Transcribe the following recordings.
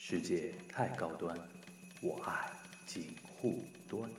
世界太高端，我爱锦护端。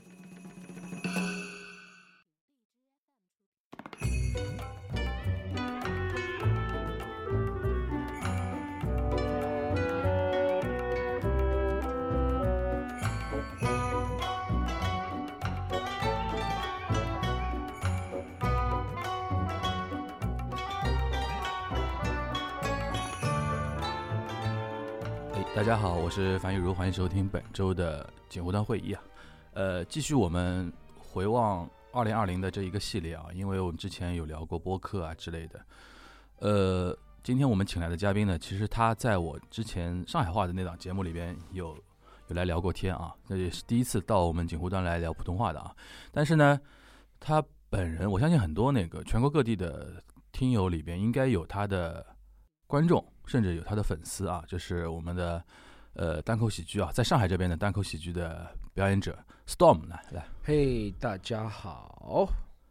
大家好，我是樊玉茹，欢迎收听本周的锦湖端会议啊。继续我们回望2020的这一个系列啊，因为我们之前有聊过播客啊之类的。今天我们请来的嘉宾呢，其实他在我之前上海话的那档节目里边有来聊过天啊，这也是第一次到我们锦湖端来聊普通话的啊。但是呢，他本人我相信很多那个全国各地的听友里边应该有他的观众，甚至有他的粉丝啊，这是我们的单口喜剧啊，在上海这边的单口喜剧的表演者 Storm 来， 嘿，大家好。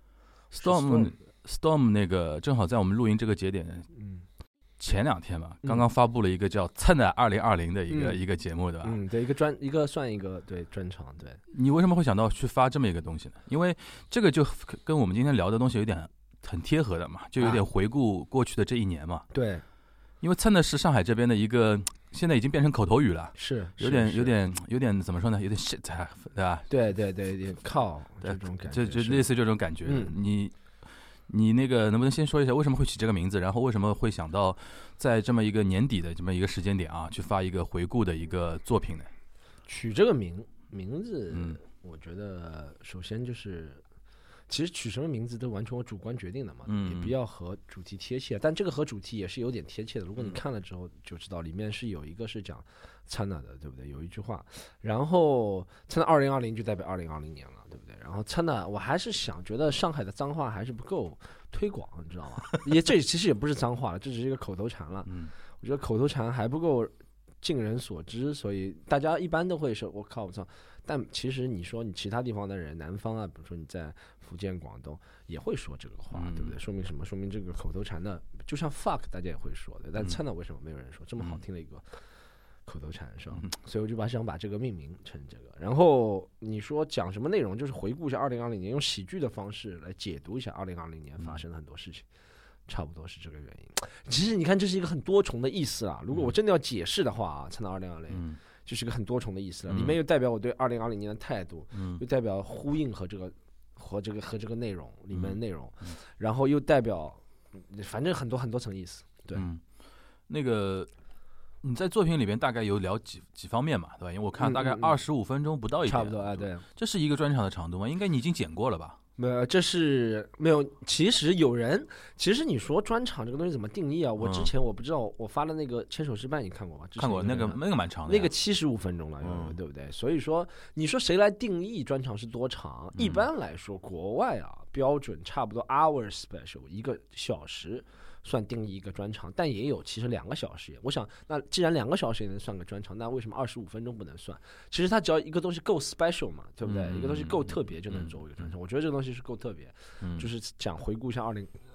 Storm 那个正好在我们录音这个节点，前2天吧，刚刚发布了一个叫《蹭的2020》的一个节目，对吧？ 对，算一个对专场。对， 你为什么会想到去发这么一个东西呢？因为这个就跟我们今天聊的东西有点很贴合的嘛，就有点回顾过去的这一年嘛。 对。 因为蹭的是上海这边的一个，现在已经变成口头语了， 是有点怎么说呢？有点 shit， 对吧？ 对，有点靠这种感觉， 就类似这种感觉。你那个能不能先说一下为什么会起这个名字，然后为什么会想到在这么一个年底的这么一个时间点啊，去发一个回顾的一个作品呢？ 取这个名字，我觉得首先就是。其实取什么名字都完全我主观决定的嘛，也不要和主题贴切，但这个和主题也是有点贴切的。如果你看了之后就知道，里面是有一个是讲 China 的，对不对？有一句话，然后 China 2020就代表2020年了，对不对？然后 China 我还是觉得上海的脏话还是不够推广，你知道吗？这其实也不是脏话了，这只是一个口头禅了。我觉得口头禅还不够尽人所知，所以大家一般都会说我靠我操。但其实你说你其他地方的人，南方啊，比如说你在福建、广东也会说这个话，对不对？说明什么？说明这个口头禅的，就像 fuck 大家也会说的，但蹭到为什么没有人说？这么好听的一个口头禅是吧？所以我就想把这个命名成这个。然后你说讲什么内容？就是回顾一下2020年，用喜剧的方式来解读一下2020年发生的很多事情。差不多是这个原因。其实你看，这是一个很多重的意思啊。如果我真的要解释的话啊，蹭到2020，就是个很多重的意思了。里面又代表我对2020年的态度，又代表呼应和这个内容里面的内容，然后又代表，反正很多层意思。对， 那个你在作品里边大概有聊几方面嘛，对吧？因为我看大概25分钟不到一点， 差不多啊。对， 这是一个专场的长度吗？应该你已经剪过了吧？ 这是没有。其实你说专场这个东西怎么定义啊？我之前我不知道，我发的那个牵手失败你看过吗？ 看过，那个蛮长的， 那个75分钟了，对不对？所以说，你说谁来定义专场是多长？一般来说，国外啊标准差不多 hour special 1个小时算定义一个专场，但也有其实2个小时。我想，那既然2个小时也能算个专场，那为什么25分钟不能算？其实它只要一个东西够 special 嘛，对不对？一个东西够特别就能作为一个专场。我觉得这个东西是够特别，就是讲回顾一下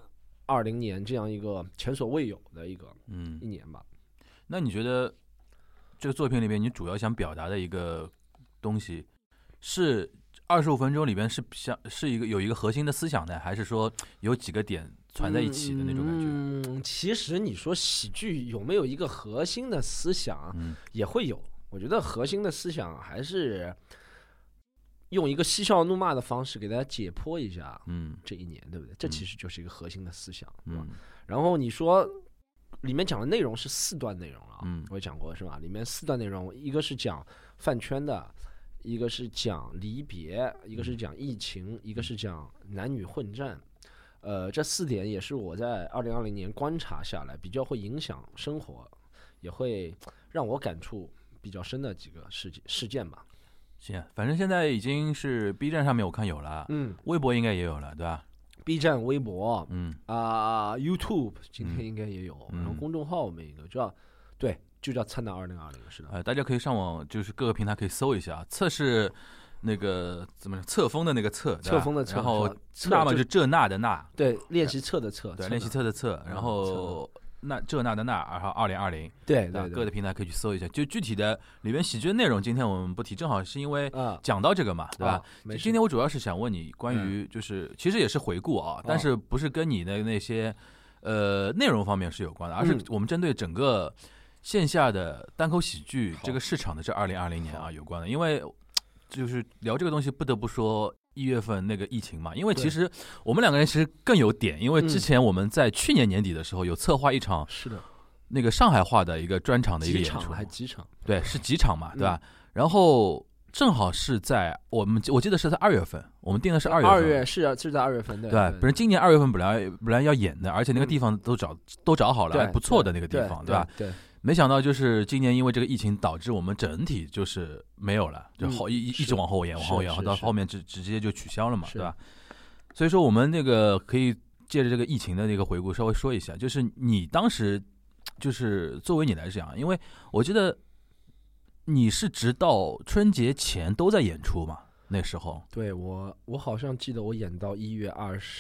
2020年这样一个前所未有的一年吧。 那你觉得这个作品里面你主要想表达的一个东西是25分钟里边是有一个核心的思想呢，还是说有几个点传在一起的那种感觉？ 其实你说喜剧有没有一个核心的思想，也会有。我觉得核心的思想还是用一个嬉笑怒骂的方式给大家解剖一下，这一年，对不对？这其实就是一个核心的思想，对吧？然后你说里面讲的内容是4段内容了，我也讲过是吧？里面4段内容，一个是讲饭圈的，一个是讲离别，一个是讲疫情，一个是讲男女混战。这4点也是我在2020年观察下来比较会影响生活，也会让我感触比较深的几个事件吧。 行，反正现在已经是 B 站上面我看有了，微博应该也有了，对吧？ B 站、微博，YouTube 今天应该也有，然后公众号我们一个就叫蹭到2020，是的。 大家可以上网，就是各个平台可以搜一下，测是那个怎么册封的那个册， 册封的册， 然后那嘛就这那的那， 对，练习册的册， 对，练习册的册，然后的那，然后2020， 对， 各个平台可以去搜一下。就具体的里面喜剧的内容，今天我们不提，正好是因为讲到这个嘛，对吧？今天我主要是想问你关于就是其实也是回顾啊，但是不是跟你的那些内容方面是有关的，而是我们针对整个线下的单口喜剧这个市场的这2020年啊有关的，因为就是聊这个东西不得不说1月份那个疫情嘛，因为其实我们两个人其实更有点，因为之前我们在去年年底的时候有策划一场是的那个上海话的一个专场的一个演出， 几场， 对，是几场嘛，对吧？然后正好是在我记得是在2月份，我们定的是2月份 ，2月是在2月份，对， 不是今年2月份本来要演的，而且那个地方都找好了，还不错的那个地方，对吧？ 对。 没想到就是今年因为这个疫情导致我们整体就是没有了，就一直往后延，到后面直接就取消了嘛，对吧？所以说我们那个可以借着这个疫情的那个回顾稍微说一下，就是你当时就是作为你来讲，因为我记得你是直到春节前都在演出嘛，那时候。 对，我好像记得我演到1月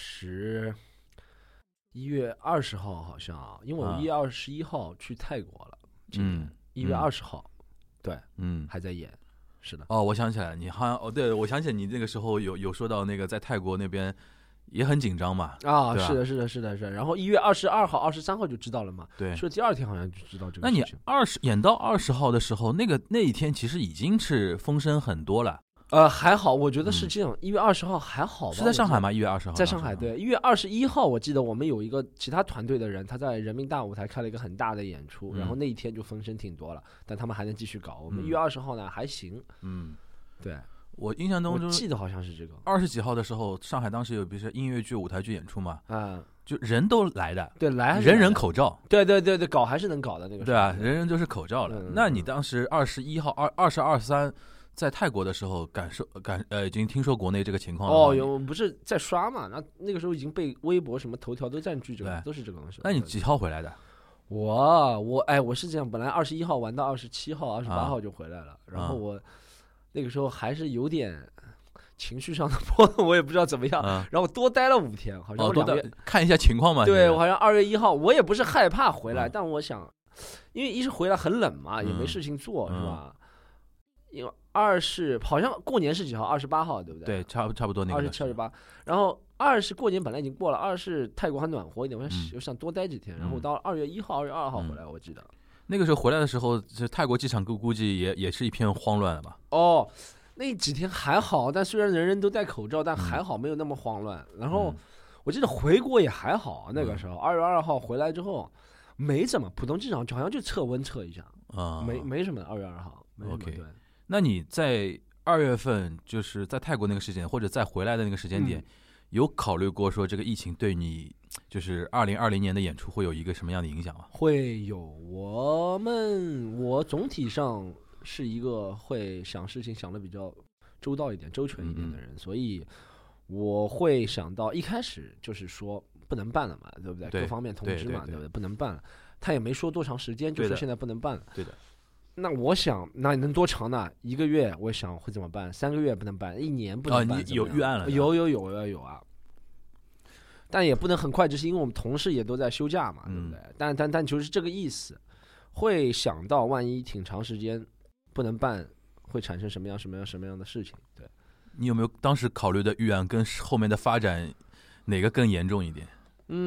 20号好像啊，因为我1月21号去泰国了，1月20号，对，还在演，是的。 我想起来了，你好像对，我想起来你那个时候有说到那个在泰国那边也很紧张嘛。 是的。然后1月22号、23号就知道了嘛。 对， 说第二天好像就知道这个事情。 那你演到20号的时候，那一天其实已经是风声很多了。 还好，我觉得是这样。1月20号还好吧？ 是在上海吗？1月20号在上海，对。1月21号，我记得我们有一个其他团队的人，他在人民大舞台开了一个很大的演出，然后那一天就风声挺多了，但他们还能继续搞。我们1月20号呢还行，对。 我印象中我记得好像是这个 20几号的时候，上海当时有比如说音乐剧、舞台剧演出嘛，就人都来的， 对， 人口罩， 对，搞还是能搞的那个， 对啊，人就是口罩了。那你当时21号、20、23。在泰国的时候已经听说国内这个情况了。 不是在刷嘛？那个时候已经被微博什么头条都占据着，都是这个东西。 那你几号回来的？ 我是这样，本来21号玩到27号、28号就回来了，然后我那个时候还是有点情绪上的波动，我也不知道怎么样，然后多待了5天，好像2月看一下情况嘛。 对，我好像2月1号，我也不是害怕回来，但我想，因为一是回来很冷嘛，也没事情做，是吧？因为2是好像过年是几号？28号，对不对？ 对，差不多那个。 27、28，然后2是过年本来已经过了，2是泰国还暖和一点，我想多待几天，然后到2月1号、2月2号回来，我记得。 那个时候回来的时候，这泰国机场估计也是一片慌乱了吧？ 那几天还好，但虽然人人都戴口罩，但还好没有那么慌乱。然后我记得回国也还好，那个时候2月2号回来之后，没怎么，浦东机场好像就测温测一下，没什么。2月2号 ，OK。 对。 那你在2月份，就是在泰国那个时间，或者再回来的那个时间点，有考虑过说这个疫情对你就是2020年的演出会有一个什么样的影响吗？ 会有，我总体上是一个会想事情想的比较周到一点、周全一点的人，所以我会想到一开始就是说不能办了嘛，对不对？各方面通知嘛，对不对？不能办了，他也没说多长时间，就说现在不能办了。 对的。 那我想，那能多长呢？1个月，我想会怎么办？3个月不能办，1年不能办。 你有预案了？ 有啊。但也不能很快，就是因为我们同事也都在休假嘛，对不对？但就是这个意思，会想到万一挺长时间不能办，会产生什么样的事情？对。 你有没有当时考虑的预案跟后面的发展哪个更严重一点？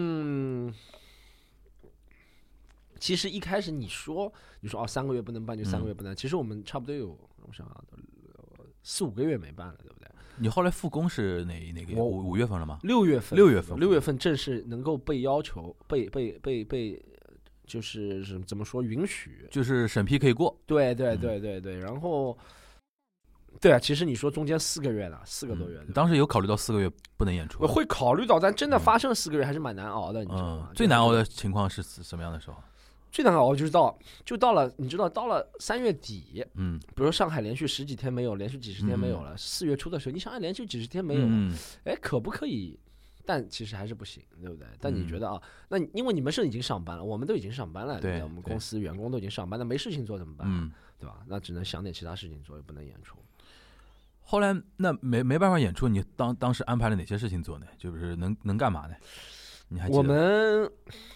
其实一开始你说3个月不能办就3个月不能，其实我们差不多有我想4、5个月没办了，对不对？ 你后来复工是哪个月？5月份了吗 ？6月份 ，6月份正式能够被要求被就是怎么说允许， 就是审批可以过。 对，然后。对啊，其实你说中间4个月了，4个多月， 当时有考虑到4个月不能演出？ 会考虑到，但真的发生4个月还是蛮难熬的，你知道吗？ 最难熬的情况是什么样的时候？ 最难熬就是到了，你知道，到了3月底，比如说上海连续10几天没有，连续几十天没有了，4月初的时候，你想连续几十天没有，可不可以？但其实还是不行，对不对？但你觉得那因为你们是已经上班了，我们都已经上班了，对不对？我们公司员工都已经上班了，没事情做怎么办？对吧？那只能想点其他事情做，也不能演出。 后来那没办法演出，你当时安排了哪些事情做呢？就是能干嘛呢？你还记得？ 我们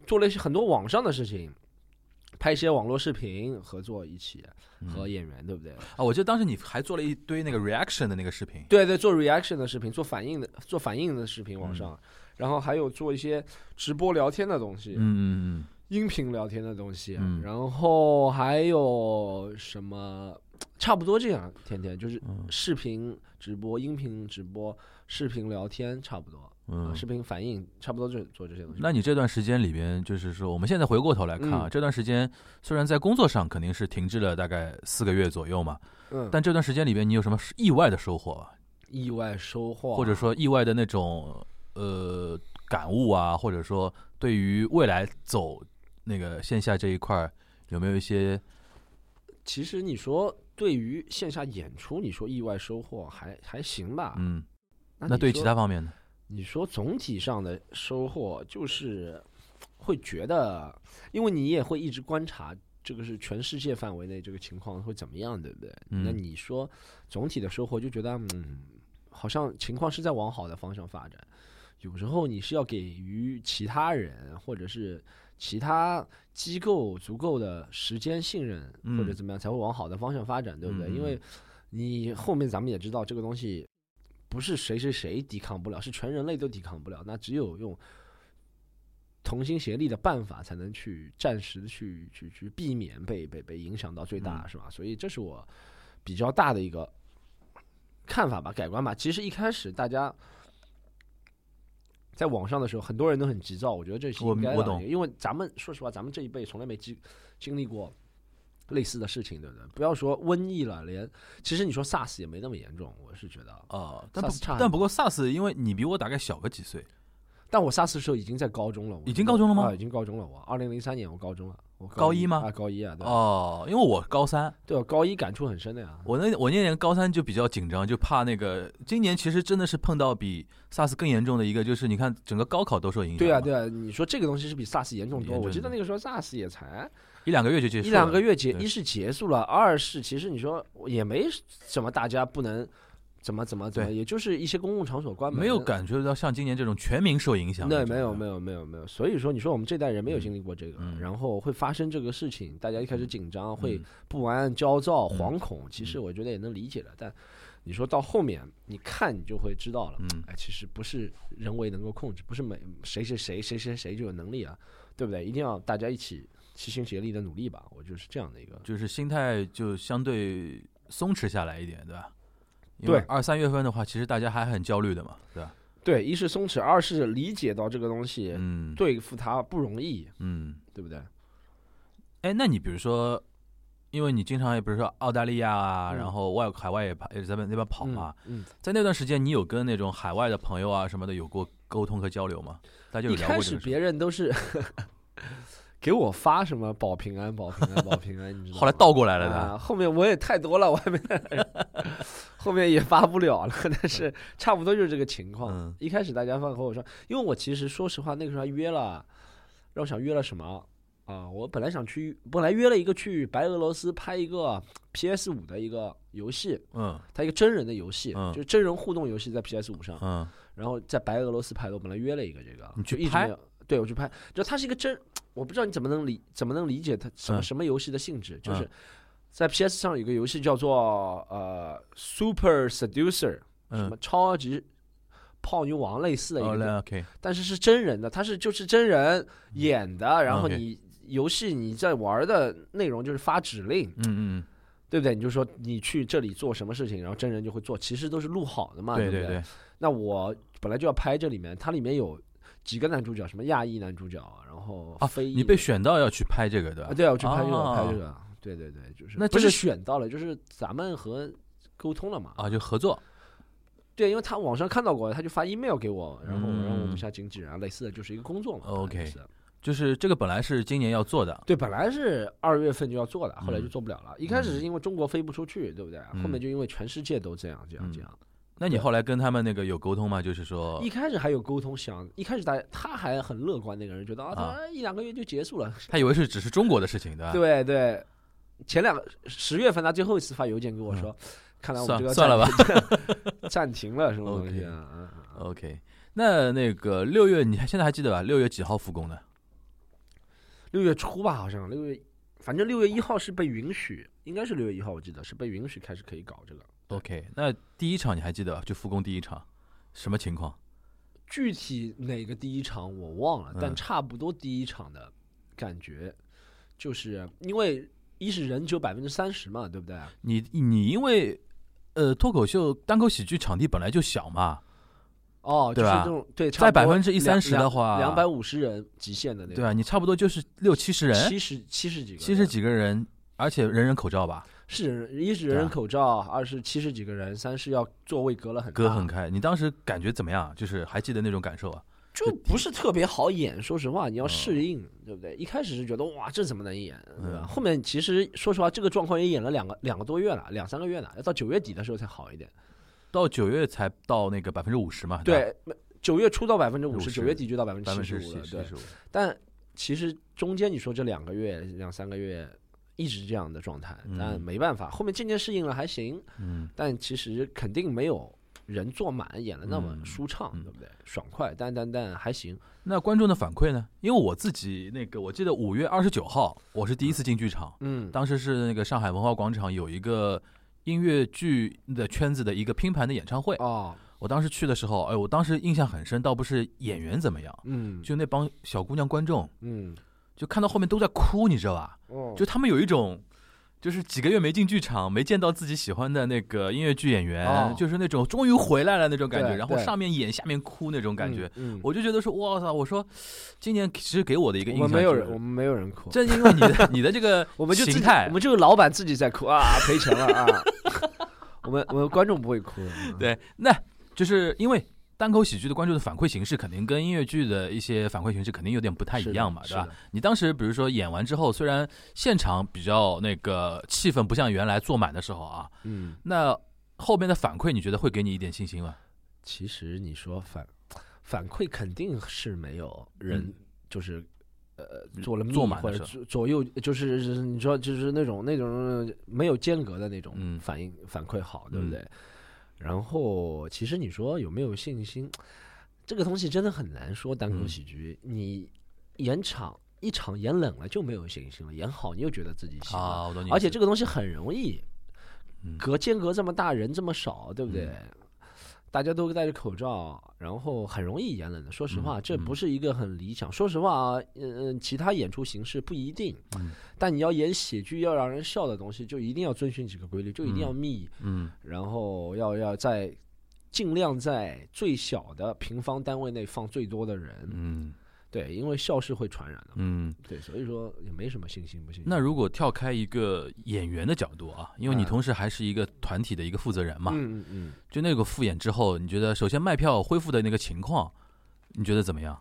做了一些很多网上的事情，拍一些网络视频合作一起和演员，对不对？ 啊，我记得当时你还做了一堆那个 reaction 的那个视频。 对对，做 reaction 的视频，做反应的视频网上，然后还有做一些直播聊天的东西，音频聊天的东西，然后还有什么，差不多这样，天天就是视频直播、音频直播、视频聊天，差不多。视频反应差不多就做这些东西。 那你这段时间里边，就是说我们现在回过头来看啊，这段时间虽然在工作上肯定是停滞了大概4个月左右嘛，但这段时间里边你有什么意外的收获？ 意外收获， 或者说意外的那种感悟啊，或者说对于未来走那个线下这一块有没有一些？ 其实你说对于线下演出，你说意外收获还行吧。 那对于其他方面呢？ 你说总体上的收获就是会觉得，因为你也会一直观察这个是全世界范围内这个情况会怎么样，对不对？那你说总体的收获就觉得好像情况是在往好的方向发展。有时候你是要给予其他人或者是其他机构足够的时间信任或者怎么样才会往好的方向发展，对不对？因为你后面咱们也知道这个东西不是谁抵抗不了，是全人类都抵抗不了。那只有用同心协力的办法，才能去暂时的去避免被影响到最大，是吧？所以这是我比较大的一个看法吧，改观吧。其实一开始大家在网上的时候，很多人都很急躁，我觉得这是应该的。我懂，因为咱们说实话，咱们这一辈从来没经历过类似的事情，对不对？不要说瘟疫了，其实你说 SARS 也没那么严重，我是觉得但不过 SARS 因为你比我大概小个几岁， 但我 SARS 的时候已经在高中了。 已经高中了吗？ 已经高中了。我2003年我高中了。我高一吗？ 高一啊。对因为我高3。 对，高一感触很深的呀。 我那年高3就比较紧张，就怕那个。今年其实真的是碰到比 SARS 更严重的一个，就是你看整个高考都受影响。 对啊，你说这个东西是比 SARS 严重多。我记得那个时候 SARS 也才 1-2个月就结束了。 1-2个月一是结束了，二是其实你说也没什么，大家不能怎么，也就是一些公共场所关门， 没有感觉到像今年这种全民受影响。 对，没有。所以说，你说我们这代人没有经历过这个，然后会发生这个事情，大家一开始紧张，会不安、焦躁、惶恐，其实我觉得也能理解的。但你说到后面，你看你就会知道了，其实不是人为能够控制，不是谁就有能力啊，对不对？一定要大家一起齐心协力的努力吧。我就是这样的一个， 就是心态就相对松弛下来一点，对吧？ 对 ，2-3月份的话，其实大家还很焦虑的嘛，对吧？ 对，一是松弛，二是理解到这个东西，对付它不容易，对不对？ 哎，那你比如说，因为你经常也比如说澳大利亚啊，然后海外也在那边跑嘛，在那段时间，你有跟那种海外的朋友啊什么的有过沟通和交流吗？大家有聊过这个事？ 一开始别人都是给我发什么保平安，你知道吗？ 后来倒过来了的。 后面我也太多了，我还没后面也发不了了。但是差不多就是这个情况。一开始大家和我说，因为我其实说实话，那个时候还约了，让我想约了什么啊？我本来约了一个去白俄罗斯拍一个 PS5 的一个游戏，它一个真人的游戏，就是真人互动游戏在 PS5 上，然后在白俄罗斯拍的。我本来约了一个这个， 你去拍？ 对，我去拍。就它是一个我不知道你怎么能理解它什么游戏的性质，就是在 PS 上有个游戏叫做Super Seducer，什么超级泡妞王类似的一个，但是是真人的，它就是真人演的，然后游戏你在玩的内容就是发指令，对不对？你就说你去这里做什么事情，然后真人就会做，其实都是录好的嘛，对不对？那我本来就要拍这里面，它里面有几个男主角，什么亚裔男主角，然后非裔， 你被选到要去拍这个的， 对啊，我去拍这个，对，就是那不是选到了，就是咱们和沟通了嘛， 就合作。 对，因为他网上看到过，他就发 email 给我，然后我让我们下经纪人，类似的就是一个工作嘛。 OK， 就是这个本来是今年要做的， 对，本来是2月份就要做的，后来就做不了了。一开始是因为中国飞不出去，对不对？后面就因为全世界都这样。 那你后来跟他们那个有沟通吗？就是说， 一开始还有沟通，一开始他还很乐观，那个人觉得他1-2个月就结束了， 他以为是只是中国的事情，对吧？ 对，前10月份他最后一次发邮件给我说，看来我们这个算了吧， 暂停了什么东西啊 ？OK， 那个6月你现在还记得吧？6月几号复工的 6月初吧，好像反正6月1号是被允许，应该是6月1号，我记得是被允许开始可以搞这个。 OK， 那第一场你还记得吧？就复工第一场什么情况？ 具体哪个第一场我忘了，但差不多第一场的感觉，就是因为一是人只有30%嘛，对不对？ 你因为脱口秀单口喜剧场地本来就小嘛， 就是这种对， 在20%-30%的话 ，250人极限的那种。 对啊，你差不多就是60-70人 ，70 几个人，而且人人口罩吧。 是，一是人人口罩，二是70几个人，三是要座位隔很开。你当时感觉怎么样？就是还记得那种感受啊？ 就不是特别好演，说实话，你要适应，对不对？一开始是觉得哇，这怎么能演，对吧？后面其实说实话，这个状况也演了两个多月了，2-3个月了，要到9月底的时候才好一点。 到9月才到那个50%嘛？ 对，9月初到50%，9月底就到75%了。对，但其实中间你说这2-3个月。一直这样的状态，但没办法，后面渐渐适应了还行。但其实肯定没有人坐满演的那么舒畅，对不对？爽快，但还行。 那观众的反馈呢？因为我自己我记得5月29号我是第一次进剧场，当时是那个上海文化广场有一个音乐剧的圈子的一个拼盘的演唱会我当时去的时候，我当时印象很深，倒不是演员怎么样，就那帮小姑娘观众，就看到后面都在哭，你知道吧？就他们有一种，就是几个月没进剧场，没见到自己喜欢的那个音乐剧演员，就是那种终于回来了那种感觉，然后上面演下面哭那种感觉，我就觉得说，哇塞！我说，今年其实给我的一个印象， 我们没有人哭， 正因为你的这个我们就形态， 我们就是老板自己在哭啊，赔钱了啊，我们观众不会哭， 对，那就是因为。单口喜剧的观众的反馈形式肯定跟音乐剧的一些反馈形式肯定有点不太一样嘛，对吧？你当时比如说演完之后，虽然现场比较那个气氛不像原来坐满的时候啊，那后面的反馈你觉得会给你一点信心吗？ 其实你说反馈肯定是没有人就是做了坐满或者左右，就是你说就是那种没有间隔的那种反馈好，对不对？然后，其实你说有没有信心，这个东西真的很难说。单口喜剧，你一场演冷了就没有信心了，演好你又觉得自己行了，而且这个东西很容易，间隔这么大，人这么少，对不对？大家都戴着口罩，然后很容易演冷的。说实话，这不是一个很理想。说实话其他演出形式不一定，但你要演喜剧，要让人笑的东西，就一定要遵循几个规律，就一定要密，然后要尽量在最小的平方单位内放最多的人，对，因为笑是会传染的，对，所以说也没什么信心不信心。 那如果跳开一个演员的角度啊，因为你同时还是一个团体的一个负责人嘛，就那个复演之后，你觉得首先卖票恢复的那个情况，你觉得怎么样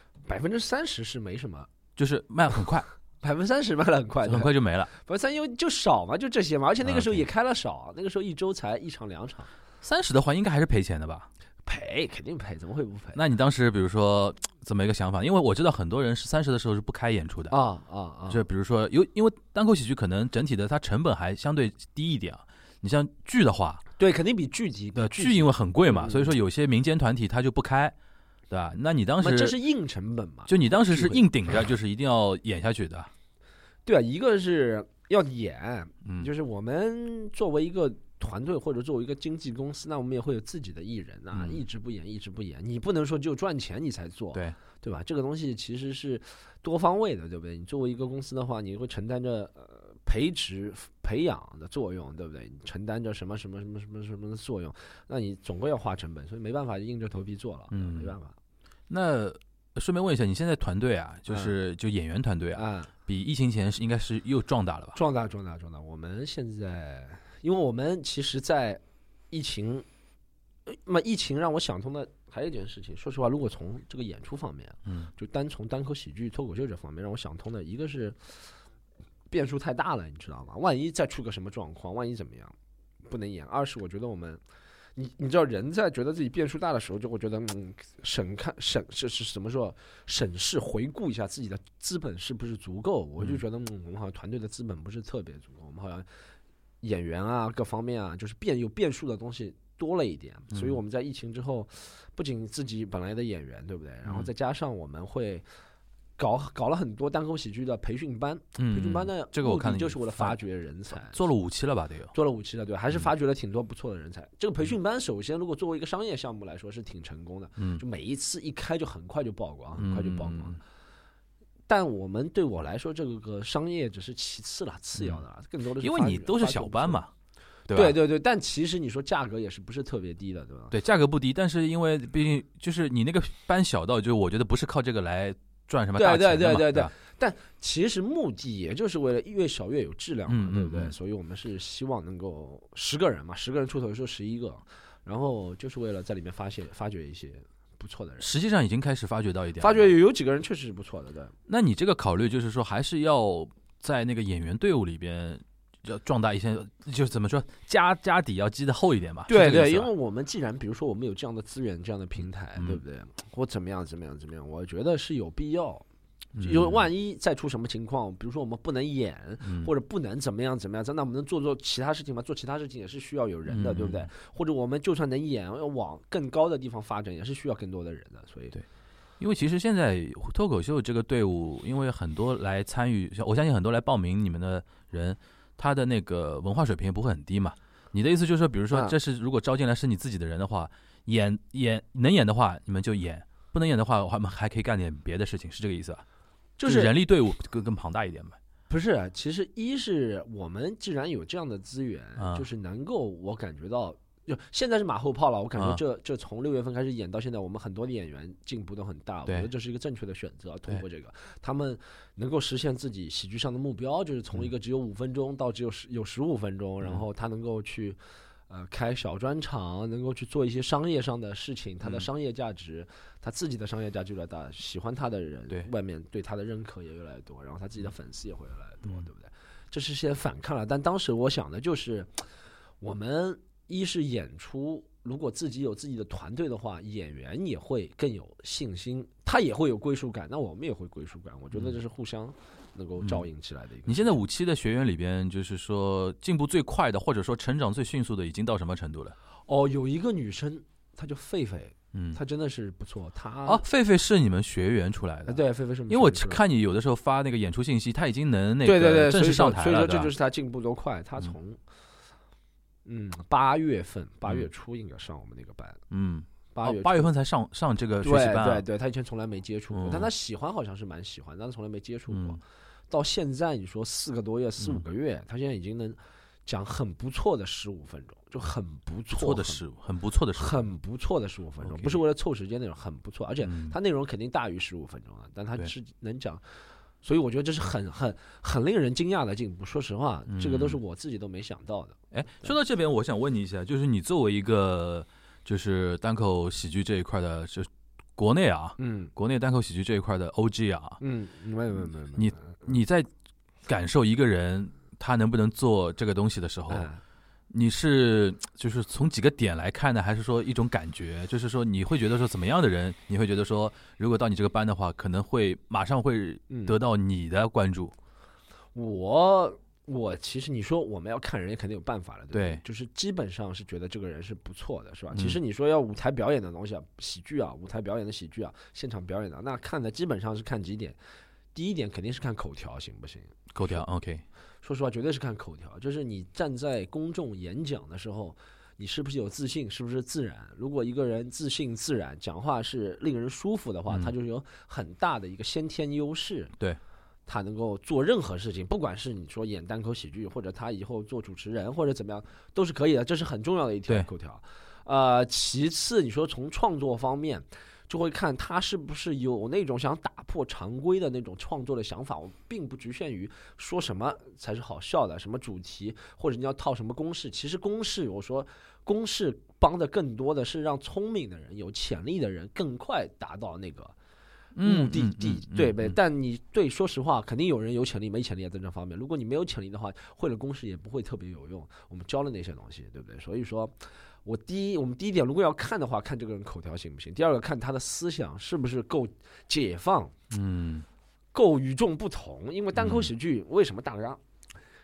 ？30%是没什么， 就是卖很快 ，30%卖了很快， 很快就没了。 因为就少嘛，就这些嘛，而且那个时候也开了少，那个时候一周才1场2场 ，30的话应该还是赔钱的吧？ 肯定赔，怎么会不赔？ 那你当时比如说怎么一个想法？因为我知道很多人是30的时候是不开演出的就比如说因为单口喜剧可能整体的它成本还相对低一点啊。你像剧的话， 对，肯定比剧低。 剧因为很贵嘛，所以说有些民间团体他就不开，对吧？那你当时这是硬成本嘛？ 就你当时是硬顶着，就是一定要演下去的。 对啊，一个是要演，就是我们作为一个团队或者作为一个经纪公司，那我们也会有自己的艺人啊，一直不演，你不能说只有赚钱你才做，对吧？这个东西其实是多方位的，对不对？你作为一个公司的话，你会承担着培养的作用，对不对？你承担着什么的作用，那你总归要花成本，所以没办法硬着头皮做了，没办法。 那顺便问一下，你现在团队啊，就演员团队啊，比疫情前应该是又壮大了吧？ 壮大。我们现在，因为我们其实，在疫情让我想通的还有一件事情。说实话，如果从这个演出方面，就从单口喜剧、脱口秀这方面让我想通的，一个是变数太大了，你知道吗？万一再出个什么状况，万一怎么样，不能演。二是我觉得我们。你知道人在觉得自己变数大的时候，就会觉得审是怎么说？审视回顾一下自己的资本是不是足够？我就觉得我们好像团队的资本不是特别足够，我们好像演员啊各方面啊，就是有变数的东西多了一点，所以我们在疫情之后，不仅自己本来的演员，对不对？然后再加上我们会搞了很多单口喜剧的培训班，培训班的这个我看就是为了发掘人才， 做了5期了吧？得有做了5期了，对，还是发掘了挺多不错的人才。这个培训班首先如果作为一个商业项目来说是挺成功的，就每一次一开就很快就曝光，很快就曝光。但对我来说，这个商业只是其次了，次要的了，更多的是因为你都是小班嘛。 对，但其实你说价格也是不是特别低的，对吧？ 对，价格不低，但是因为毕竟就是你那个班小到，就我觉得不是靠这个来赚什么大钱的嘛。 对。但其实目的也就是为了越小越有质量嘛，对不对？所以我们是希望能够10个人嘛，10个人出头，有时候11个，然后就是为了在里面发掘一些不错的人。 实际上已经开始发掘到一点， 发掘有几个人确实是不错的，对。 那你这个考虑就是说，还是要在那个演员队伍里边。要壮大一些，就是怎么说，家底要积得厚一点嘛。 对，因为我们既然比如说我们有这样的资源、这样的平台，对不对？或怎么样，我觉得是有必要。因为万一再出什么情况，比如说我们不能演，或者不能怎么样，那我们能做其他事情吗？做其他事情也是需要有人的，对不对？或者我们就算能演，要往更高的地方发展，也是需要更多的人的。所以对。因为其实现在脱口秀这个队伍，因为很多来参与，我相信很多来报名你们的人。他的那个文化水平不会很低嘛？你的意思就是说，比如说，这是如果招进来是你自己的人的话，能演的话你们就演，不能演的话我们还可以干点别的事情，是这个意思吧？就是人力队伍更庞大一点嘛？ 不是，其实一是我们既然有这样的资源，就是能够我感觉到。就现在是马后炮了，我感觉这从6月份开始演到现在，我们很多的演员进步都很大，我觉得这是一个正确的选择。通过这个，他们能够实现自己喜剧上的目标，就是从一个只有5分钟到只有15分钟，然后他能够去开小专场，能够去做一些商业上的事情，他的商业价值，他自己的商业价值越来越大，喜欢他的人，外面对他的认可也越来越多，然后他自己的粉丝也会越来越多，对不对？这是些反抗了，但当时我想的就是我们。一是演出，如果自己有自己的团队的话，演员也会更有信心，他也会有归属感，那我们也会归属感。我觉得这是互相能够照应起来的一个。 你现在5期的学员里边，就是说进步最快的，或者说成长最迅速的，已经到什么程度了？ 有一个女生，她叫狒狒，她真的是不错。 狒狒是你们学员出来的？ 对，狒狒是。 因为我看你有的时候发那个演出信息，她已经能那个正式上台了， 所以说这就是她进步多快，她从。8月初应该上我们那个班。 8月份才上这个学习班。 对，他以前从来没接触过，但他喜欢好像是蛮喜欢，但是从来没接触过。到现在你说4个多月、4、5个月，他现在已经能讲很不错的15分钟，就很不错的很不错的 15分钟，不是为了凑时间那种，很不错，而且他内容肯定大于15分钟但他是能讲。所以我觉得这是很令人惊讶的进步。说实话，这个都是我自己都没想到的。 说到这边，我想问你一下，就是你作为一个就是单口喜剧这一块的，就国内啊，国内单口喜剧这一块的 OG 啊，没，你在感受一个人他能不能做这个东西的时候，你是就是从几个点来看呢，还是说一种感觉？就是说你会觉得说怎么样的人，你会觉得说如果到你这个班的话，可能会马上会得到你的关注。 我其实你说我们要看人，也肯定有办法了，对不对？就是基本上是觉得这个人是不错的，是吧？其实你说要舞台表演的东西啊，喜剧啊，舞台表演的喜剧啊，现场表演的，那看的基本上是看几点。第一点肯定是看口条，行不行？ 口条 OK。 说实话，绝对是看口条。就是你站在公众演讲的时候，你是不是有自信，是不是自然？如果一个人自信自然，讲话是令人舒服的话，他就有很大的一个先天优势。 对， 他能够做任何事情，不管是你说演单口喜剧，或者他以后做主持人，或者怎么样，都是可以的。这是很重要的一条口条。其次，你说从创作方面，就会看他是不是有那种想打破常规的那种创作的想法。我并不局限于说什么才是好笑的，什么主题，或者你要套什么公式。其实公式，我说公式帮的更多的是让聪明的人、有潜力的人更快达到那个目的地，对不对？但你说实话，肯定有人有潜力没潜力在这方面。如果你没有潜力的话，会了公式也不会特别有用。我们教了那些东西，对不对？所以说。我们第一点，如果要看的话，看这个人口条行不行；第二个，看他的思想是不是够解放，够与众不同。因为单口喜剧为什么大家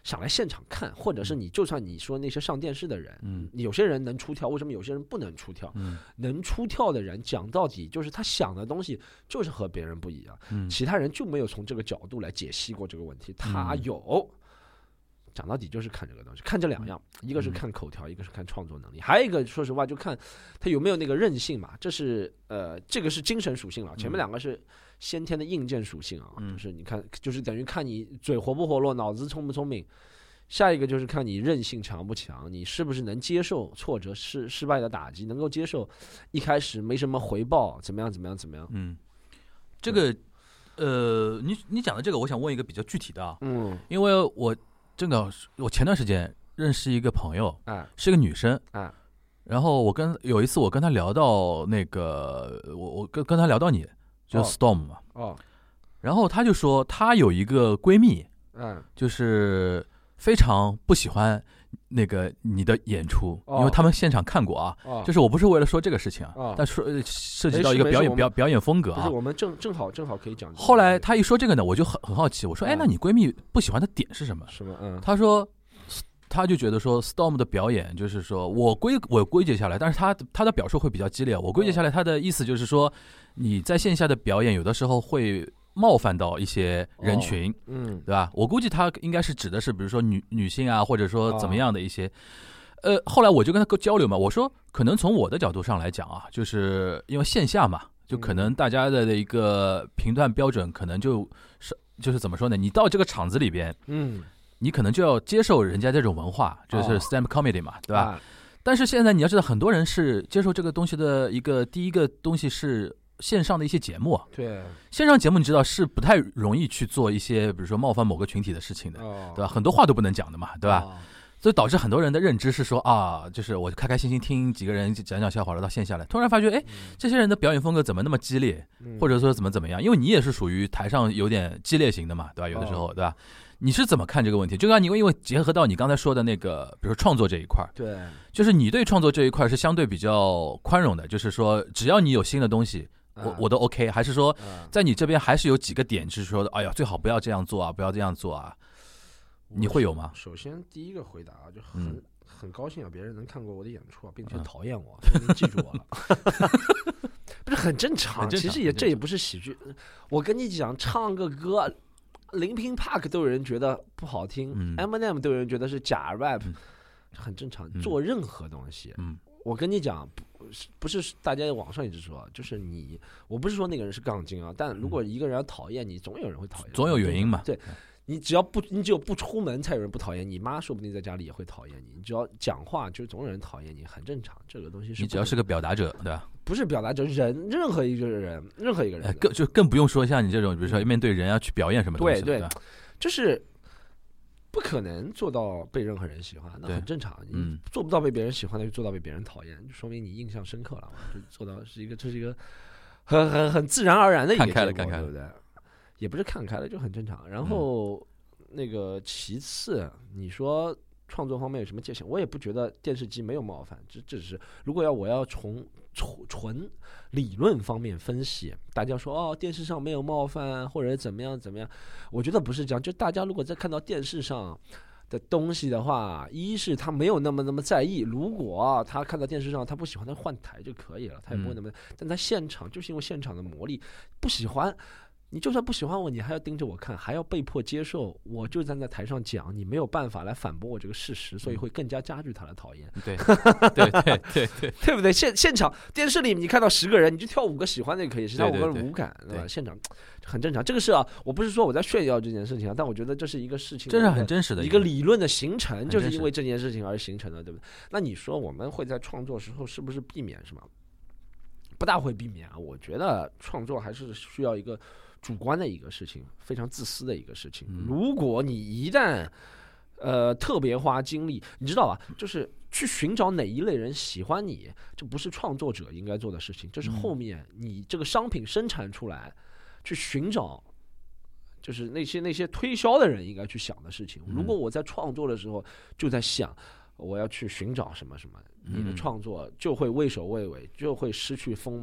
想来现场看，或者是你就算你说那些上电视的人，有些人能出跳，为什么有些人不能出跳？能出跳的人讲到底就是他想的东西就是和别人不一样，其他人就没有从这个角度来解析过这个问题，他有。讲到底就是看这个东西，看这两样，一个是看口条，一个是看创作能力，还有一个说实话就看他有没有那个韧性嘛。这是这个是精神属性了，前面两个是先天的硬件属性啊，就是你看，就是等于看你嘴活不活络，脑子聪不聪明。下一个就是看你韧性强不强，你是不是能接受挫折、失败的打击，能够接受一开始没什么回报，怎么样。 这个你讲的这个，我想问一个比较具体的啊，因为我前段时间认识一个朋友，是一个女生，然后有一次我跟她聊到那个，我跟她聊到你，就是 Storm 嘛，然后她就说她有一个闺蜜，就是非常不喜欢那个你的演出，因为他们现场看过啊，就是我不是为了说这个事情啊，但涉及到一个表演风格啊， 不是我们正好可以讲。 后来他一说这个呢，我就很好奇，我说，那你闺蜜不喜欢的点是什么？ 是吗？ 他说，他就觉得说 Storm 的表演就是说我归结下来，但是他的表述会比较激烈，我归结下来，他的意思就是说，你在线下的表演有的时候会冒犯到一些人群，对吧？我估计他应该是指的是，比如说女性啊，或者说怎么样的一些。后来我就跟他交流嘛，我说可能从我的角度上来讲啊，就是因为线下嘛，就可能大家的一个评断标准可能就是怎么说呢？你到这个场子里边，你可能就要接受人家这种文化，就是 stand-up comedy 嘛，对吧？但是现在你要知道，很多人是接受这个东西的第一个东西是线上的一些节目， 对， 线上节目你知道是不太容易去做一些比如说冒犯某个群体的事情的，对吧？很多话都不能讲的嘛，对吧？所以导致很多人的认知是说就是我开开心心听几个人讲笑话了，到线下来突然发觉，这些人的表演风格怎么那么激烈，或者说怎么样？因为你也是属于台上有点激烈型的嘛，对吧？有的时候，对吧？你是怎么看这个问题？就刚因为结合到你刚才说的那个，比如说创作这一块， 对， 就是你对创作这一块是相对比较宽容的，就是说只要你有新的东西，我都 OK， 还是说在你这边还是有几个点，就是说，哎呀，最好不要这样做啊，不要这样做啊，你会有吗？ 首先第一个回答就很高兴啊，别人能看过我的演出啊，并且讨厌我，说明记住我了，不是很正常？其实这也不是喜剧。我跟你讲，唱个歌。Linkin Park 都有人觉得不好听，Eminem 都有人觉得是假 rap，很正常。做任何东西，我跟你讲，不是大家网上一直说，就是我不是说那个人是杠精啊，但如果一个人要讨厌你，总有人会讨厌， 总有原因嘛。 对，你只有不出门才有人不讨厌你，妈说不定在家里也会讨厌你。你只要讲话，就总有人讨厌你，很正常。这个东西是你只要是个表达者，对吧？ 不是表达者，任何一个人， 更不用说像你这种，比如说面对人要去表演什么东西， 对，就是不可能做到被任何人喜欢，那很正常。你做不到被别人喜欢，那就做到被别人讨厌，就说明你印象深刻了嘛，就做到这是一个很自然而然的一个结果，对不对？也不是看开了，就很正常。然后那个其次，你说创作方面有什么界限？我也不觉得电视机没有冒犯，这只是如果我要从纯理论方面分析，大家说电视上没有冒犯或者怎么样，我觉得不是这样。就大家如果在看到电视上的东西的话，一是他没有那么在意，如果他看到电视上他不喜欢，他换台就可以了，他也不会那么。但他现场就是因为现场的魔力，不喜欢。你就算不喜欢我，你还要盯着我看，还要被迫接受，我就站在台上讲，你没有办法来反驳我这个事实，所以会更加加剧他的讨厌。 对不对？现场电视里你看到10个人，你就挑5个喜欢的也可以，其他5个人无感，对吧？现场很正常。这个是我不是说我在炫耀这件事情啊，但我觉得这是一个事情， 这是很真实的一个理论的形成，就是因为这件事情而形成的，对不对？那你说我们会在创作时候是不是避免什么？不大会避免啊。我觉得创作还是需要一个主观的一个事情，非常自私的一个事情。如果你一旦特别花精力，你知道吧，就是去寻找哪一类人喜欢你，这不是创作者应该做的事情，这是后面你这个商品生产出来去寻找，就是那些推销的人应该去想的事情。如果我在创作的时候就在想我要去寻找什么什么，你的创作就会畏首畏尾，就会失去锋芒。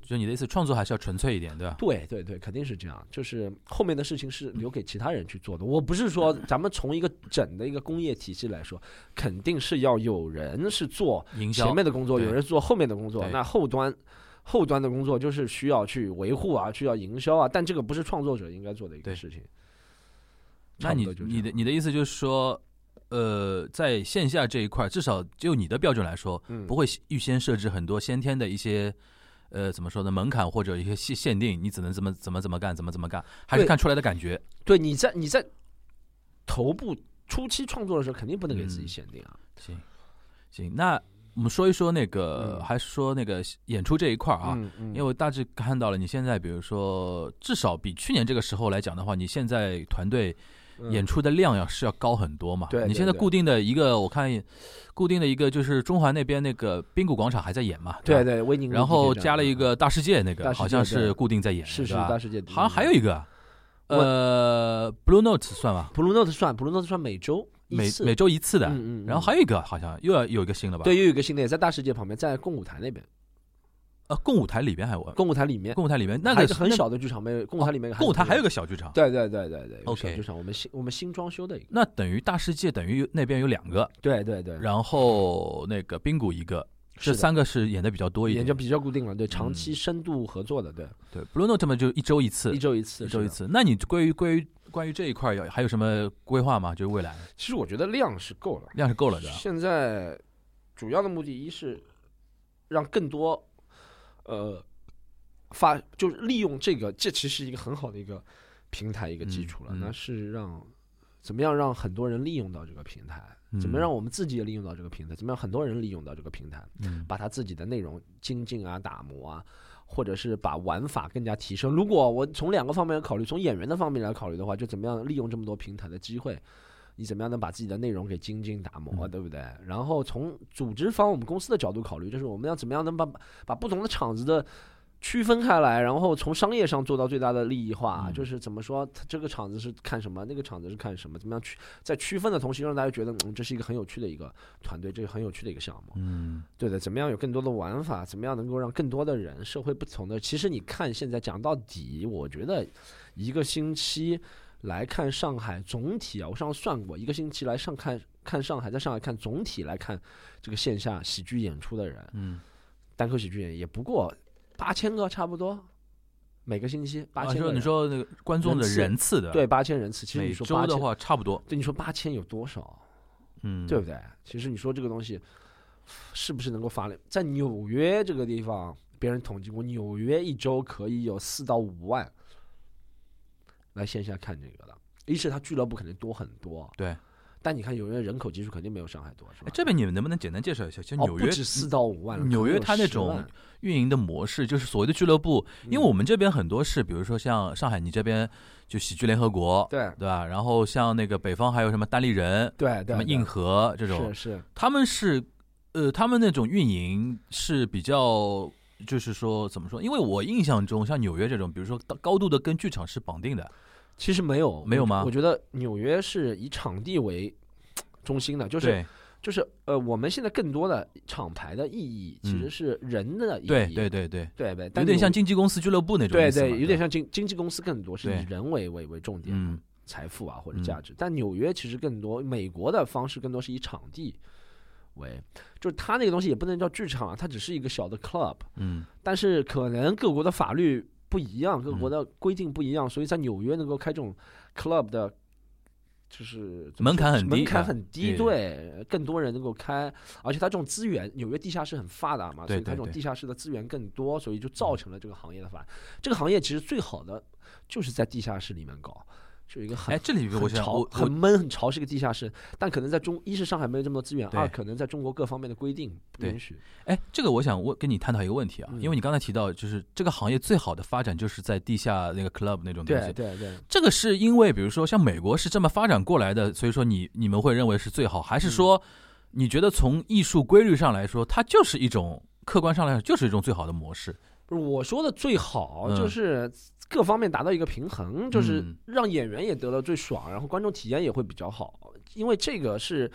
就你的意思，创作还是要纯粹一点，对吧？ 对对对，肯定是这样。就是后面的事情是留给其他人去做的。我不是说咱们从一个整的一个工业体系来说，肯定是要有人是做前面的工作，有人做后面的工作。那后端的工作就是需要去维护啊，需要营销啊，但这个不是创作者应该做的一个事情。 那你的意思就是说，在线下这一块，至少就你的标准来说，不会预先设置很多先天的一些怎么说呢，门槛或者一些限定，你只能怎么干，还是看出来的感觉。 对，你在头部初期创作的时候，肯定不能给自己限定啊。 行，那我们说一说那个，还是说那个演出这一块啊，因为我大致看到了你现在，比如说至少比去年这个时候来讲的话，你现在团队演出的量要高很多嘛。 对， 你现在固定的一个，我看固定的一个就是中环那边那个滨谷广场还在演嘛。 对对，威宁。 然后加了一个大世界那个，好像是固定在演， 是大世界。 好像还有一个Blue Note 算吧 ？Blue Note 算每周。 每周一次的，然后还有一个好像又要有一个新的吧？ 对，又有一个新的，也在大世界旁边，在共舞台那边。 共舞台里边还有？ 共舞台里面那个很小的剧场，共舞台里面。 共舞台还有个小剧场。 对。 OK， 小剧场，我们新装修的一个。 那等于大世界等于那边有2个。 对。 然后那个滨谷一个，这3个是演的比较多一点， 演就比较固定了，对，长期深度合作的，对。 Blue Note 嘛就一周一次。 一周一次。 那你关于这一块还有什么规划吗？就是未来？ 其实我觉得量是够了， 的。 现在主要的目的一是让更多就是利用这其实是一个很好的一个平台一个基础了。那是怎么样让很多人利用到这个平台，怎么让我们自己也利用到这个平台，怎么样很多人利用到这个平台，把他自己的内容精进啊、打磨啊。或者是把玩法更加提升。如果我从2个方面考虑，从演员的方面来考虑的话，就怎么样利用这么多平台的机会，你怎么样能把自己的内容给精进打磨，对不对？然后从组织方我们公司的角度考虑，就是我们要怎么样能把不同的场子的区分开来，然后从商业上做到最大的利益化，就是怎么说，这个场子是看什么，那个场子是看什么，怎么样在区分的同时，让大家觉得这是一个很有趣的一个团队，这个很有趣的一个项目。对的，怎么样有更多的玩法，怎么样能够让更多的人，社会不同的，其实你看现在讲到底，我觉得一个星期来看上海总体啊，我上次算过，一个星期来看上海，在上海看总体来看这个线下喜剧演出的人，单口喜剧演员也不过8000个差不多，每个星期8000个。 你说那个观众的人次的， 对，8000人次。其实你说每周的话差不多。 对，你说8000有多少？对不对？其实你说这个东西是不是能够发力？在纽约这个地方，别人统计过，纽约一周可以有4到5万来线下看这个的。一是他俱乐部肯定多很多， 对。 但你看纽约人口基数肯定没有上海多，是吧？ 这边你们能不能简单介绍一下？就纽约不止4到5万， 纽约它那种运营的模式，就是所谓的俱乐部，因为我们这边很多是，比如说像上海，你这边就喜剧联合国， 对吧？然后像那个北方还有什么单立人， 对， 什么硬核这种， 是， 他们那种运营是比较，就是说怎么说？因为我印象中，像纽约这种，比如说高度的跟剧场是绑定的。 其实没有吗？ 我觉得纽约是以场地为中心的，就是我们现在更多的厂牌的意义其实是人的意义， 对，有点像经纪公司俱乐部那种意思， 对，有点像经纪公司，更多是以人为重点，财富啊或者价值。但纽约其实更多，美国的方式更多是以场地为，就是它那个东西也不能叫剧场啊，它只是一个小的 club，但是可能各国的法律不一样，各国的规定不一样，所以在纽约能够开这种 club 的，就是门槛很低，对，更多人能够开，而且它这种资源，纽约地下室很发达嘛，所以它这种地下室的资源更多，所以就造成了这个行业的发展。这个行业其实最好的就是在地下室里面搞。是一个这里我想很闷很潮是一个地下室，但可能在一是上海没有这么多资源，二可能在中国各方面的规定不允许。 这个我想跟你探讨一个问题啊，因为你刚才提到就是这个行业最好的发展就是在地下那个 club 那种东西。 对， 这个是因为比如说像美国是这么发展过来的，所以说你们会认为是最好，还是说你觉得从艺术规律上来说，它就是一种客观上来说就是一种最好的模式？ 不是我说的最好，就是各方面达到一个平衡，就是让演员也得到最爽，然后观众体验也会比较好。因为这个是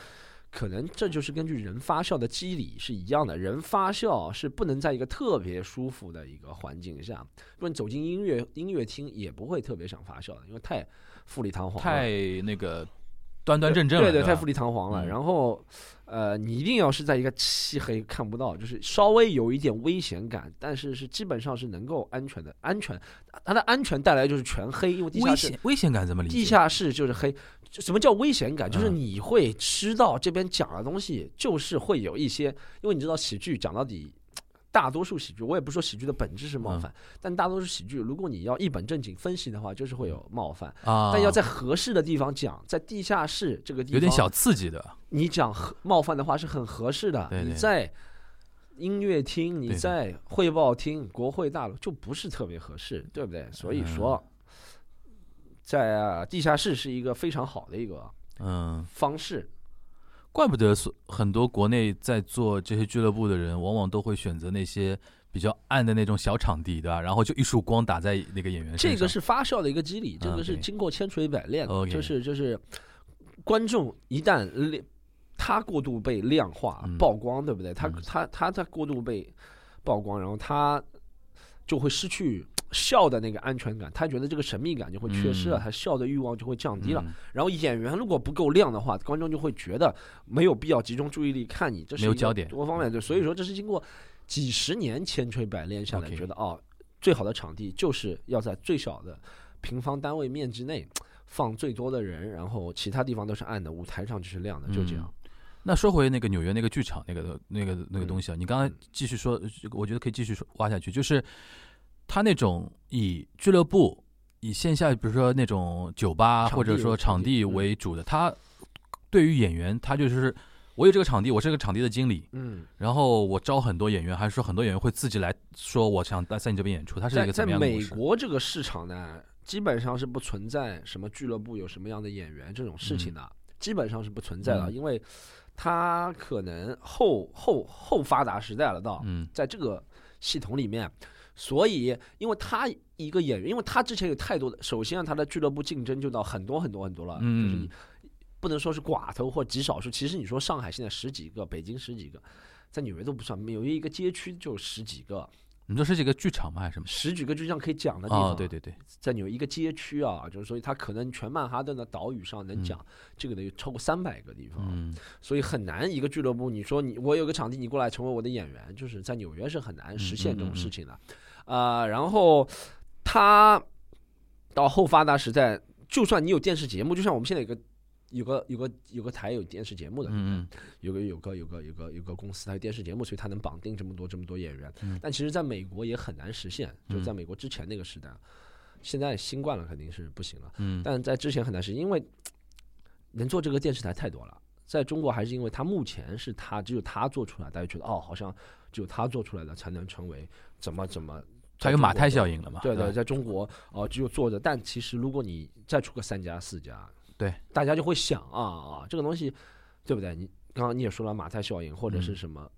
可能这就是根据人发酵的机理是一样的，人发酵是不能在一个特别舒服的一个环境下，不然走进音乐厅也不会特别想发酵的，因为太富丽堂皇了， 太那个端端正正了， 对，太富丽堂皇了。然后你一定要是在一个漆黑看不到，就是稍微有一点危险感，但是基本上是能够安全，它的安全带来就是全黑，因为地下室危险感怎么理解？ 地下室就是黑。什么叫危险感？就是你会知道这边讲的东西就是会有一些，因为你知道喜剧讲到底，大多数喜剧，我也不说喜剧的本质是冒犯，但大多数喜剧，如果你要一本正经分析的话，就是会有冒犯但要在合适的地方讲，在地下室这个地方有点小刺激的， 你讲冒犯的话是很合适的。 对对， 你在音乐厅，你在汇报厅、国会大楼就不是特别合适，对不对？所以说。在地下室是一个非常好的一个方式， 怪不得很多国内在做这些俱乐部的人，往往都会选择那些比较暗的那种小场地，对吧？然后就一束光打在那个演员身上。 这个是发酵的一个机理，这个是经过千锤百炼的，就是观众一旦他过度被量化、曝光，对不对？他过度被曝光，然后他就会失去笑的那个安全感，他觉得这个神秘感就会缺失了，他笑的欲望就会降低了。然后演员如果不够亮的话，观众就会觉得没有必要集中注意力看你，这是没有焦点， 多方面的。所以说这是经过几十年千锤百炼下来，觉得最好的场地就是要在最小的平方单位面积内放最多的人，然后其他地方都是暗的，舞台上就是亮的，就这样。 那说回那个纽约那个剧场那个东西啊，你刚才继续说，我觉得可以继续挖下去，就是他那种以俱乐部、以线下，比如说那种酒吧或者说场地为主的，他对于演员，他就是我有这个场地，我是个场地的经理，然后我招很多演员，还是说很多演员会自己来说我想在你这边演出，他是一个怎么样的模式？ 在美国这个市场呢，基本上是不存在什么俱乐部有什么样的演员这种事情的，基本上是不存在的，因为他可能后发达时代了到，在这个系统里面。所以，因为他一个演员，因为他之前有太多的，首先他的俱乐部竞争就到很多了，就是不能说是寡头或极少数。其实你说上海现在10几个，北京10几个，在纽约都不算，纽约一个街区就10几个。 你说10几个剧场吗？还是什么 ？10几个就像可以讲的地方。 对， 在纽约一个街区啊，就是所以他可能全曼哈顿的岛屿上能讲这个的有超过300个地方，所以很难一个俱乐部，你说我有个场地，你过来成为我的演员，就是在纽约是很难实现这种事情的。然后他到后发达时代，就算你有电视节目，就像我们现在有个台有电视节目的，有个公司它有电视节目，所以它能绑定这么多演员。但其实在美国也很难实现，就在美国之前那个时代，现在新冠了肯定是不行了。但在之前很难实现，因为能做这个电视台太多了。在中国还是因为它目前是只有他做出来，大家觉得好像只有他做出来的才能成为怎么。 它有马太效应了嘛？ 对，在中国只有做的，但其实如果你再出个3家4家， 对， 大家就会想这个东西，对不对？你刚刚你也说了马太效应，或者是什么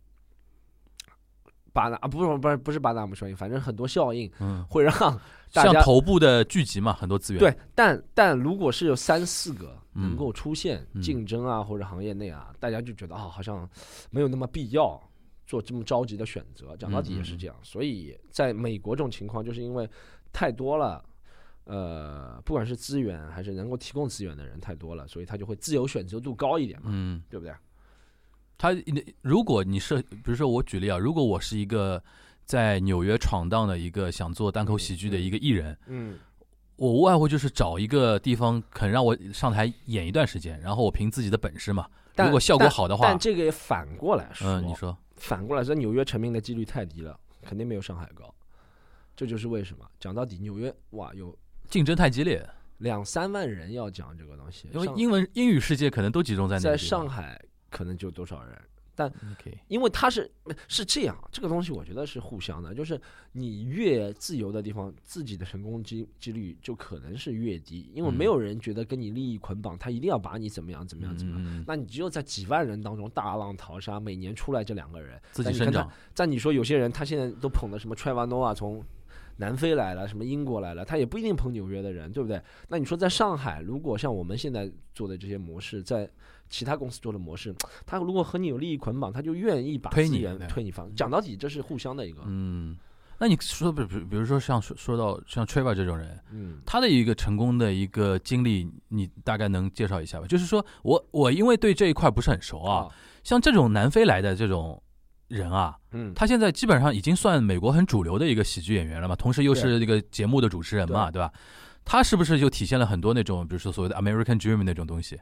不是巴纳姆效应，反正很多效应会让大家像头部的聚集嘛，很多资源。 对，但如果是有3、4个能够出现竞争或者行业内大家就觉得好像没有那么必要做这么着急的选择，讲到底也是这样。所以在美国这种情况，就是因为太多了，不管是资源还是能够提供资源的人太多了，所以他就会自由选择度高一点嘛，对不对？ 如果你是，比如说我举例如果我是一个在纽约闯荡的一个想做单口喜剧的一个艺人，我无外乎就是找一个地方肯让我上台演一段时间，然后我凭自己的本事嘛，如果效果好的话。 但这个也反过来说， 你说。 反过来说，纽约成名的几率太低了，肯定没有上海高。这就是为什么讲到底，纽约有竞争太激烈 ，2、3万人要讲这个东西， 因为英语世界可能都集中在那里。 在上海可能就多少人，但因为它是这样，这个东西我觉得是互相的，就是你越自由的地方，自己的成功几率就可能是越低，因为没有人觉得跟你利益捆绑，他一定要把你怎么样。那你只有在几万人当中大浪淘沙，每年出来这2个人自己生长。 但你说有些人他现在都捧的什么 Trevor Noah 从南非来了，什么英国来了，他也不一定捧纽约的人，对不对？那你说在上海，如果像我们现在做的这些模式，在其他公司做的模式，他如果和你有利益捆绑，他就愿意把资源推你方。讲到底，这是互相的一个。 那你说，比如说说到像 Trevor 这种人，他的一个成功的一个经历，你大概能介绍一下吧？就是说我因为对这一块不是很熟啊，像这种南非来的这种人啊，他现在基本上已经算美国很主流的一个喜剧演员了嘛，同时又是那个节目的主持人嘛，对吧？他是不是就体现了很多那种，比如说所谓的 American Dream 那种东西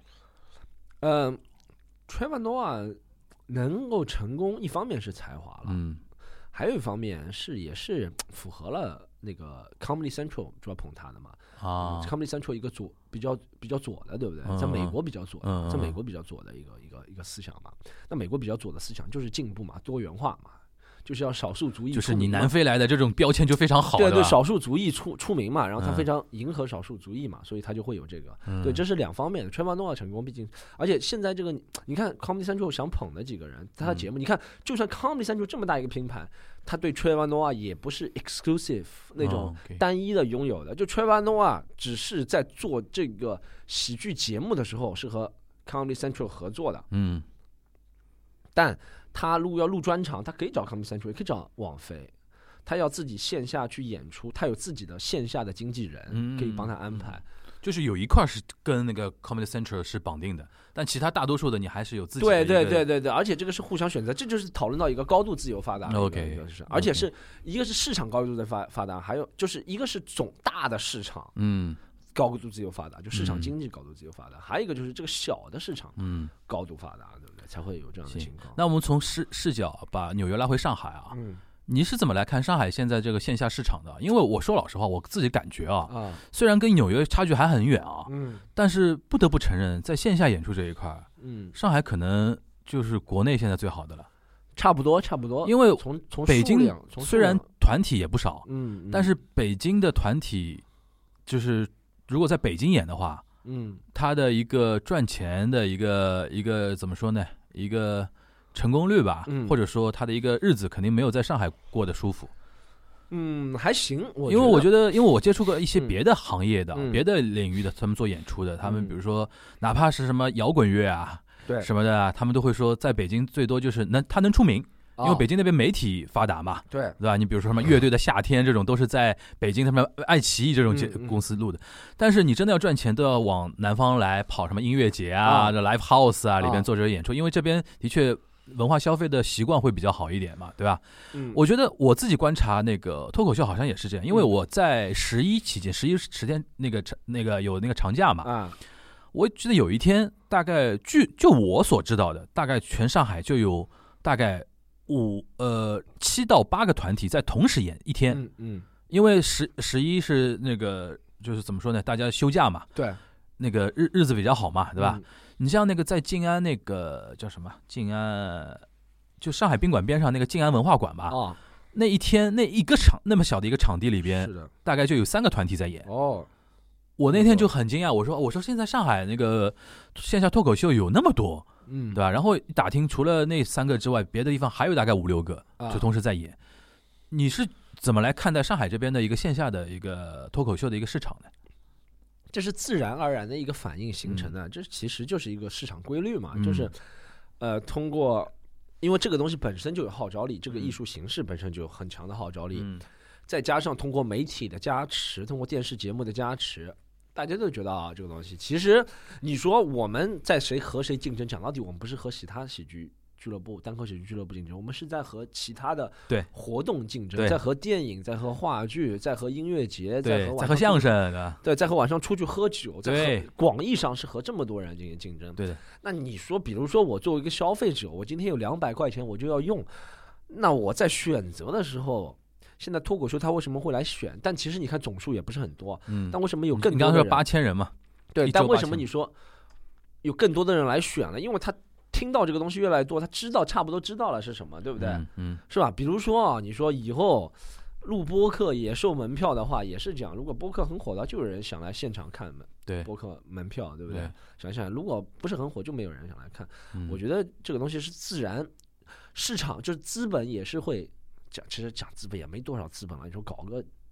？Trevor Noah 能够成功，一方面是才华了，还有一方面也是符合了那个 Comedy Central 主要捧他的嘛。Comedy Central 一个比较左的，对不对？在美国比较左的，在美国比较左的一个思想嘛。那美国比较左的思想就是进步嘛，多元化嘛，就是要少数族裔， 就是你南非来的这种标签就非常好， 对，少数族裔出名嘛，然后他非常迎合少数族裔嘛，所以他就会有这个，对，这是两方面的。Trevor Noah 成功，毕竟，而且现在这个你看 Comedy Central 想捧的几个人，他的节目，你看，就算 Comedy Central 这么大一个拼盘，他对 Trevor Noah 也不是 exclusive 那种单一的拥有的，就 Trevor Noah 只是在做这个喜剧节目的时候是和 Comedy Central 合作的，但他如果要录专场，他可以找 Comedy Central， 也可以找网飞。他要自己线下去演出，他有自己的线下的经纪人，可以帮他安排。 就是有一块是跟那个 Comedy Central 是绑定的，但其他大多数的你还是有自己的。 对，而且这个是互相选择，这就是讨论到一个高度自由发达的 OK， 而且是一个是市场高度在发达，还有就是一个是总大的市场，高度自由发达，就市场经济高度自由发达，还有一个就是这个小的市场，高度发达，对不对？才会有这样的情况。 那我们从视角把纽约拉回上海啊，你是怎么来看上海现在这个线下市场的？因为我说老实话，我自己感觉啊，虽然跟纽约差距还很远啊，但是不得不承认，在线下演出这一块，上海可能就是国内现在最好的了。 差不多。 因为从北京虽然团体也不少，但是北京的团体就是如果在北京演的话，它的一个赚钱的一个怎么说呢？一个成功率吧，或者说他的一个日子肯定没有在上海过得舒服。 还行。 因为我觉得，因为我接触过一些别的行业的、别的领域的，他们做演出的，他们比如说哪怕是什么摇滚乐啊， 对什么的啊，他们都会说，在北京最多就是他能出名。因为北京那边媒体发达嘛， 对吧？你比如说什么乐队的夏天这种，都是在北京他们爱奇艺这种公司录的。但是你真的要赚钱，都要往南方来跑什么音乐节啊、live house 啊里边做这个演出，因为这边的确文化消费的习惯会比较好一点嘛，对吧？我觉得我自己观察那个脱口秀好像也是这样，因为我在11期间，11天那个有那个长假嘛，我记得有一天大概就我所知道的，大概全上海就有大概7到8个团体在同时演一天，因为11是那个就是怎么说呢，大家休假嘛， 对， 那个日子比较好嘛，对吧？你像那个在静安那个叫什么静安，就上海宾馆边上那个静安文化馆吧，那一天那一个那么小的一个场地里边，大概就有3个团体在演。我那天就很惊讶，我说现在上海那个线下脱口秀有那么多。对吧？然后打听，除了那3个之外，别的地方还有大概5、6个，就同时在演。你是怎么来看待上海这边的一个线下的一个脱口秀的一个市场呢？ 这是自然而然的一个反应形成的，这其实就是一个市场规律嘛，就是通过，因为这个东西本身就有号召力，这个艺术形式本身就有很强的号召力，再加上通过媒体的加持，通过电视节目的加持。大家都觉得这个东西其实你说我们在和谁竞争，讲到底我们不是和其他喜剧俱乐部、单口喜剧俱乐部竞争，我们是在和其他的活动竞争，在和电影，在和话剧，在和音乐节，在和相声， 对，在和晚上出去喝酒，在和广义上是和这么多人进行竞争。 对的。 那你说，比如说我作为一个消费者，我今天有200块钱，我就要用，那我在选择的时候。现在脱口秀他为什么会来选？但其实你看总数也不是很多，但为什么有更多的人？ 你刚刚说8000人嘛？ 对，但为什么你说有更多的人来选了？因为他听到这个东西越来越多，他差不多知道了是什么，对不对？是吧？比如说你说以后录播客也收门票的话，也是这样。如果播客很火的话，就有人想来现场看播客门票，对不对？想想，如果不是很火，就没有人想来看。我觉得这个东西是自然市场，就是资本也是会。其实讲资本也没多少资本了，你说搞个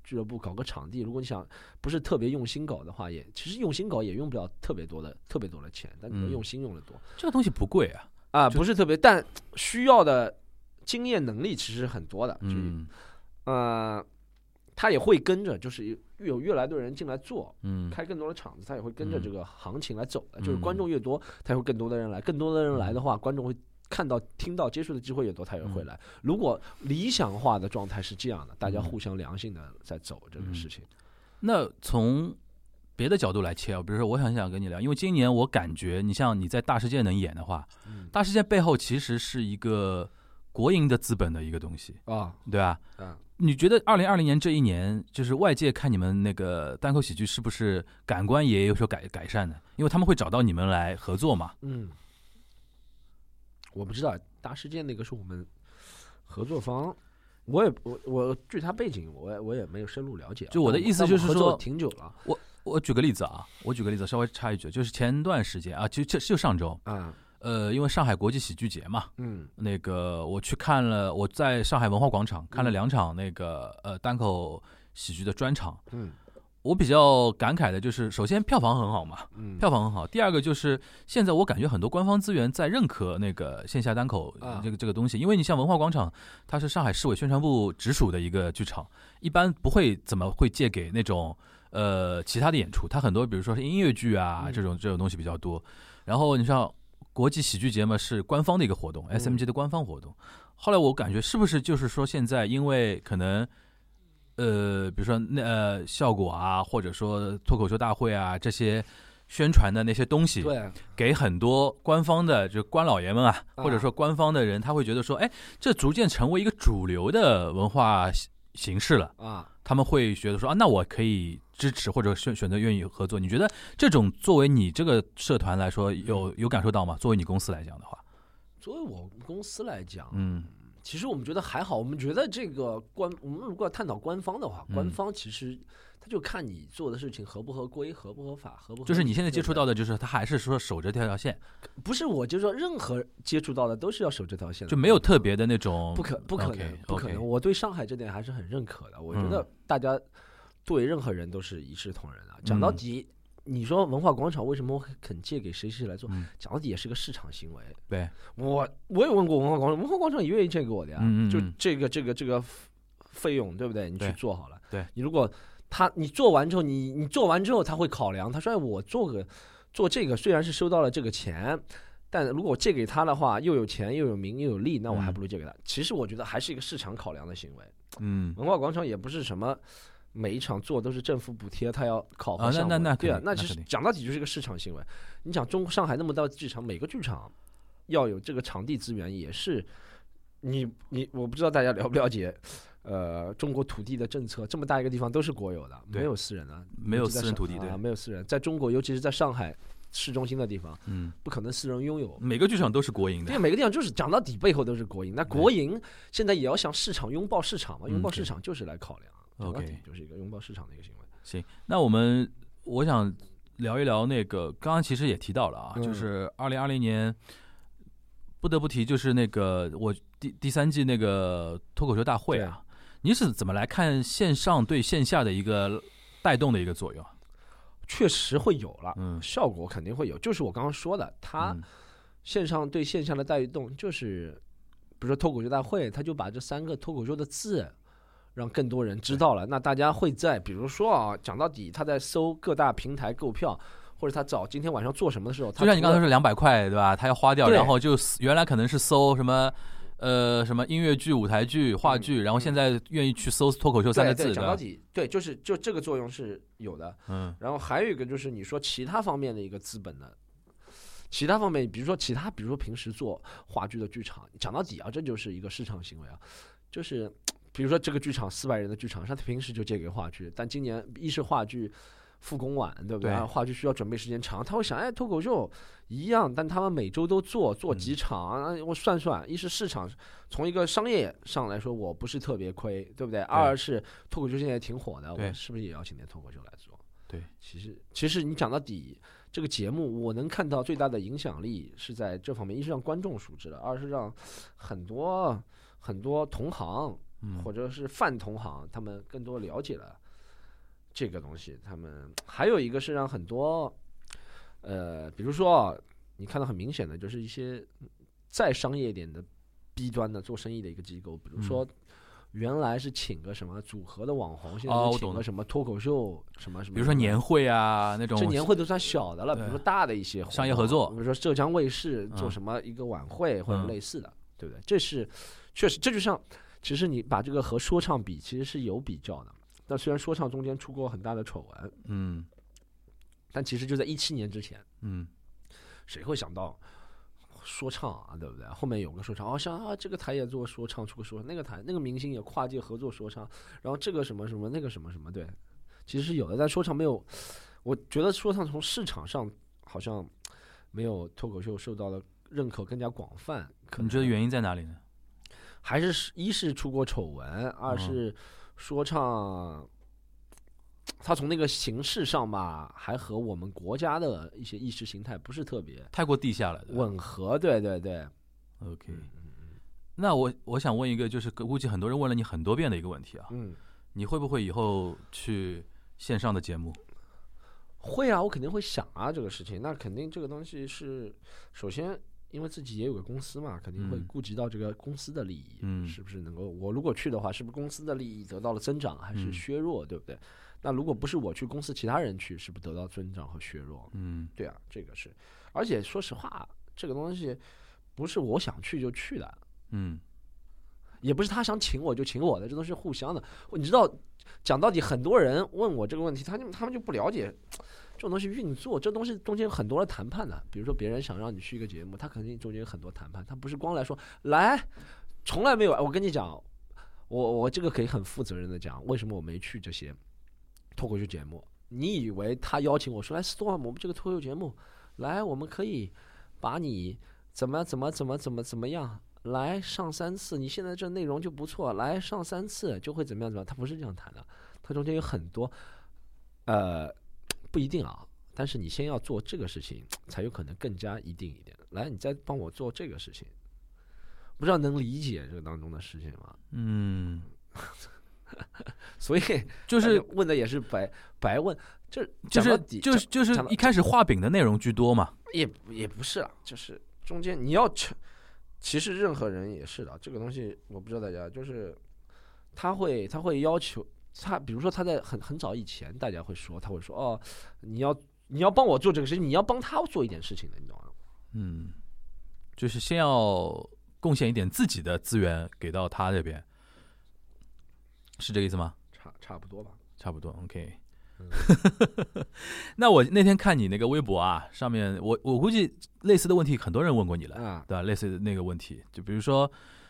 俱乐部搞个场地，如果你想不是特别用心搞的话，其实用心搞也用不了特别多的钱，但你要用心用的多。 这个东西不贵不是特别，但需要的经验能力其实很多的。他也会跟着，就是有越来越多人进来做，开更多的场子，他也会跟着这个行情来走的。就是观众越多，他也会更多的人来，更多的人来的话，观众会看到、听到、接触的机会越多，他也会来。如果理想化的状态是这样的，大家互相良性的在走这个事情。 那从别的角度来切，比如说我想跟你聊，因为今年我感觉你像你在大世界能演的话，大世界背后其实是一个国营的资本的一个东西对吧？你觉得2020年这一年，就是外界看你们那个单口喜剧是不是感官也有所改善的？因为他们会找到你们来合作嘛。 我不知道大世界那个是我们合作方，我据他背景我也没有深入了解。 就我的意思就是说， 挺久了。 我举个例子啊，稍微插一句，就是前段时间啊，就上周因为上海国际喜剧节嘛，那个我去看了，我在上海文化广场看了2场那个单口喜剧的专场，我比较感慨的就是，首先票房很好嘛，票房很好。第二个就是现在我感觉很多官方资源在认可那个线下单口这个东西，因为你像文化广场，它是上海市委宣传部直属的一个剧场，一般不会怎么会借给那种其他的演出，它很多比如说是音乐剧啊这种东西比较多。然后你像国际喜剧节嘛，是官方的一个活动，SMG 的官方活动。后来我感觉是不是就是说现在因为可能比如说效果啊，或者说脱口秀大会啊这些宣传的那些东西， 对， 给很多官方的就官老爷们或者说官方的人，他会觉得说，哎，这逐渐成为一个主流的文化形式了他们会觉得说那我可以支持或者选择愿意合作。你觉得这种作为你这个社团来说有感受到吗？作为你公司来讲的话， 作为我们公司来讲，其实我们觉得还好。我们觉得这个我们如果要探讨官方的话，官方其实他就看你做的事情合不合规、合不合法、合不合。 就是你现在接触到的，就是他还是说守着这条线。 不是，我就说任何接触到的都是要守这条线的， 就没有特别的那种。 不可能，不可能。我对上海这点还是很认可的。我觉得大家对任何人都是一视同仁的。讲到底。你说文化广场为什么肯借给谁来做？讲到底也是个市场行为。 对， 我也问过文化广场，文化广场也愿意借给我的呀。就这个费用，对不对？你去做好了。 对， 你如果你做完之后，你做完之后他会考量，他说哎，我做这个虽然是收到了这个钱，但如果我借给他的话，又有钱又有名又有利，那我还不如借给他。其实我觉得还是一个市场考量的行为。文化广场也不是什么。每一场做都是政府补贴，他要考核项目，对啊，那其实讲到底就是一个市场行为。你讲上海那么大的剧场，每个剧场要有这个场地资源，也是我不知道大家了不了解，中国土地的政策，这么大一个地方都是国有的，没有私人的， 没有私人土地，对， 没有私人，在中国尤其是在上海市中心的地方，不可能私人拥有， 每个剧场都是国营的， 对，每个地方就是讲到底背后都是国营。那国营现在也要向市场拥抱市场嘛，拥抱市场就是来考量。 OK， 就是一个拥抱市场的一个行为。 行，那我想聊一聊那个，刚刚其实也提到了就是2020年，不得不提就是那个我第3季那个脱口秀大会你是怎么来看线上对线下的一个带动的一个作用？ 确实会有了，效果肯定会有。就是我刚刚说的，它线上对线下的带动，就是比如说脱口秀大会，他就把这3个脱口秀的字。让更多人知道了，那大家会在比如说讲到底，他在搜各大平台购票，或者他找今天晚上做什么的时候， 就像你刚才说200块对吧？他要花掉，然后就原来可能是搜什么什么音乐剧、舞台剧、话剧，然后现在愿意去搜脱口秀3个字。 对，讲到底，对，就这个作用是有的。然后还有一个就是你说其他方面的一个资本的。其他方面，比如说平时做话剧的剧场，讲到底这就是一个市场行为就是。比如说这个剧场400人的剧场，他平时就借给话剧，但今年一是话剧复工晚，对不对？话剧需要准备时间长，他会想，哎，脱口秀一样，但他们每周都做几场我算算，一是市场从一个商业上来说，我不是特别亏，对不对？二是脱口秀现在挺火的，我是不是也要请点脱口秀来做？ 对， 其实你讲到底，这个节目我能看到最大的影响力是在这方面，一是让观众熟知了，二是让很多同行或者是泛同行，他们更多了解了这个东西。他们还有一个是让很多，比如说你看到很明显的就是一些再商业一点的 B 端的做生意的一个机构，比如说原来是请个什么组合的网红，现在请个什么脱口秀什么什么， 比如说年会啊那种， 这年会都算小的了，比如说大的一些商业合作， 比如说浙江卫视做什么一个晚会或者类似的，对不对？这是确实，这就像其实你把这个和说唱比，其实是有比较的。但虽然说唱中间出过很大的丑闻，但其实就在17年之前，谁会想到说唱啊，对不对？后面有个说唱，像这个台也做说唱，出个说唱，那个台那个明星也跨界合作说唱，然后这个什么什么那个什么什么，对，其实是有的，但说唱没有，我觉得说唱从市场上好像没有脱口秀受到的认可更加广泛。 你觉得原因在哪里呢？ 还是一是出过丑闻，二是说唱。它从那个形式上吧，还和我们国家的一些意识形态不是特别太过地下了， 吻合。对对对 ，OK。那我想问一个，就是估计很多人问了你很多遍的一个问题啊，你会不会以后去线上的节目？ 会啊，我肯定会想啊，这个事情。那肯定这个东西是首先，因为自己也有个公司嘛，肯定会顾及到这个公司的利益，是不是能够我如果去的话，是不是公司的利益得到了增长还是削弱，对不对？那如果不是我去，公司其他人去，是不是得到增长和削弱？对啊，这个是。而且说实话，这个东西不是我想去就去的，也不是他想请我就请我的，这都是互相的。你知道，讲到底，很多人问我这个问题，他们就不了解这种东西运作，这东西中间有很多的谈判的。比如说，别人想让你去一个节目，他肯定中间有很多谈判，他不是光来说来，从来没有。我跟你讲，我这个可以很负责任的讲，为什么我没去这些脱口秀节目？你以为他邀请我说来 Storm 我们这个脱口秀节目来，我们可以把你怎么样来上3次，你现在这内容就不错，来上3次就会怎么样？他不是这样谈的，他中间有很多不一定啊，但是你先要做这个事情才有可能更加一定一点。来，你再帮我做这个事情，不知道能理解这个当中的事情吗？所以就是问的也是白问， 就是一开始画饼的内容居多嘛， 也不是啊，就是中间你要其实任何人也是的，这个东西我不知道大家就是他会要求他，比如说他在很早以前，大家会说他会说哦，你要帮我做这个事情，你要帮他做一点事情的，你懂吗？ 就是先要贡献一点自己的资源给到他这边。是这个意思吗？ 差不多吧， 差不多 OK。那我那天看你那个微博啊，上面我估计类似的问题很多人问过你了，对吧？类似的那个问题，就比如说，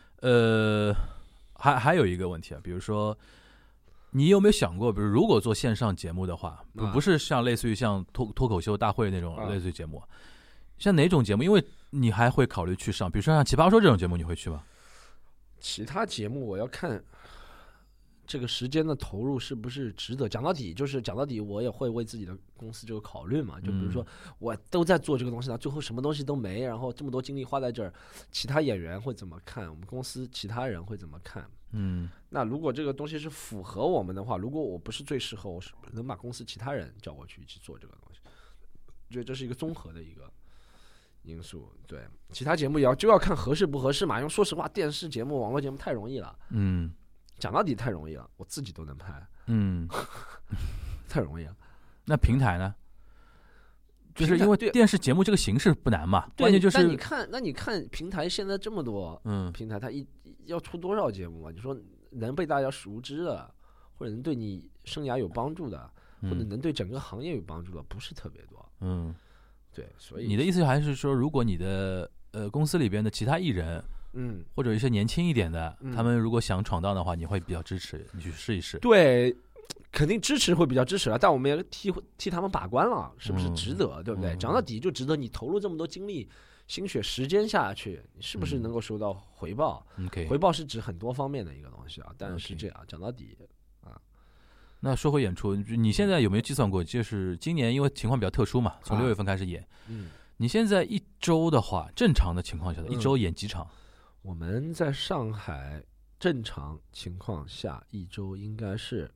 还有一个问题啊，比如说，你有没有想过，比如如果做线上节目的话，不是像类似于像脱口秀大会那种类似于节目，像哪种节目？因为你还会考虑去上，比如说像奇葩说这种节目，你会去吗？ 其他节目我要看这个时间的投入是不是值得。讲到底我也会为自己的公司这个考虑嘛，就比如说我都在做这个东西，最后什么东西都没，然后这么多精力花在这儿，其他演员会怎么看，我们公司其他人会怎么看？那如果这个东西是符合我们的话，如果我不是最适合，我是能把公司其他人叫过去一起做这个东西，我觉得这是一个综合的一个因素。对，其他节目就要看合适不合适嘛，因为说实话，电视节目、网络节目太容易了，讲到底太容易了，我自己都能拍，太容易了。 那平台呢？就是因为电视节目这个形式不难嘛，关键就是那你看平台现在这么多，平台它要出多少节目嘛？你说能被大家熟知的，或者能对你生涯有帮助的，或者能对整个行业有帮助的，不是特别多。对，所以你的意思还是说，如果你的公司里边的其他艺人，或者一些年轻一点的，他们如果想闯荡的话，你会比较支持你去试一试？ 对，肯定支持会比较支持了，但我们也替他们把关了，是不是值得，对不对？讲到底就值得你投入这么多精力、心血、时间下去，你是不是能够收到回报？回报是指很多方面的一个东西啊，但是这样讲到底啊。 那说回演出，你现在有没有计算过？就是今年因为情况比较特殊嘛，从6月份开始演，你现在一周的话，正常的情况下，一周演几场？ 我们在上海正常情况下一周应该是，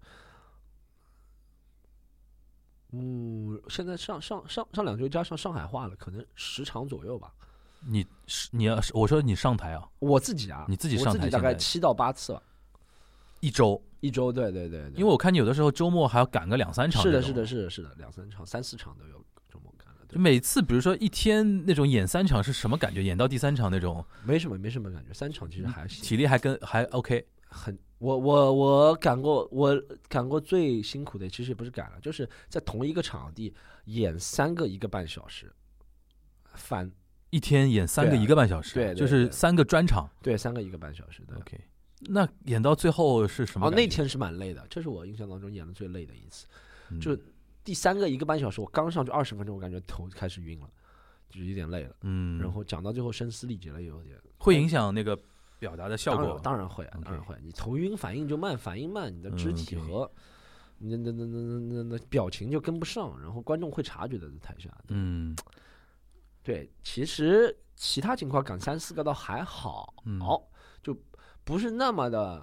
现在上2周加上上海话了，可能10场左右吧。 我说你上台啊？ 我自己啊， 你自己上台， 我自己大概7到8次吧。 一周， 对， 因为我看你有的时候周末还要赶个2-3场。 是的，2-3场、3-4场都有周末赶的。 就每次比如说一天那种演3场是什么感觉？演到第3场那种没什么感觉，3场其实还行， 体力还 OK。 我赶过最辛苦的，其实也不是赶了，就是在同一个场地演3个1个半小时，翻一天演3个1个半小时， 对， 就是3个专场， 对，3个1个半小时的。 OK， 那演到最后是什么感觉？ 那天是蛮累的，这是我印象当中演的最累的一次。就第3个1个半小时，我刚上去20分钟，我感觉头开始晕了，就有点累了。然后讲到最后声嘶力竭了，有点会影响那个表达的效果。 当然会啊，当然会。你头晕，反应就慢，反应慢，你的肢体和那表情就跟不上，然后观众会察觉的，在台下。对，其实其他情况赶3-4个倒还好，就不是那么的，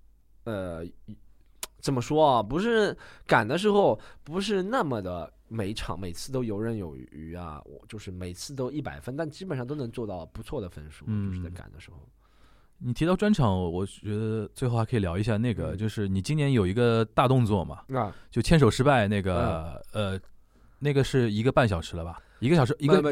怎么说啊？不是赶的时候不是那么的每次都游刃有余啊，我就是每次都100分，但基本上都能做到不错的分数，就是在赶的时候。 你提到专场，我觉得最后还可以聊一下那个，就是你今年有一个大动作嘛，就牵手失败那个，那个是1个半小时了吧？1个小时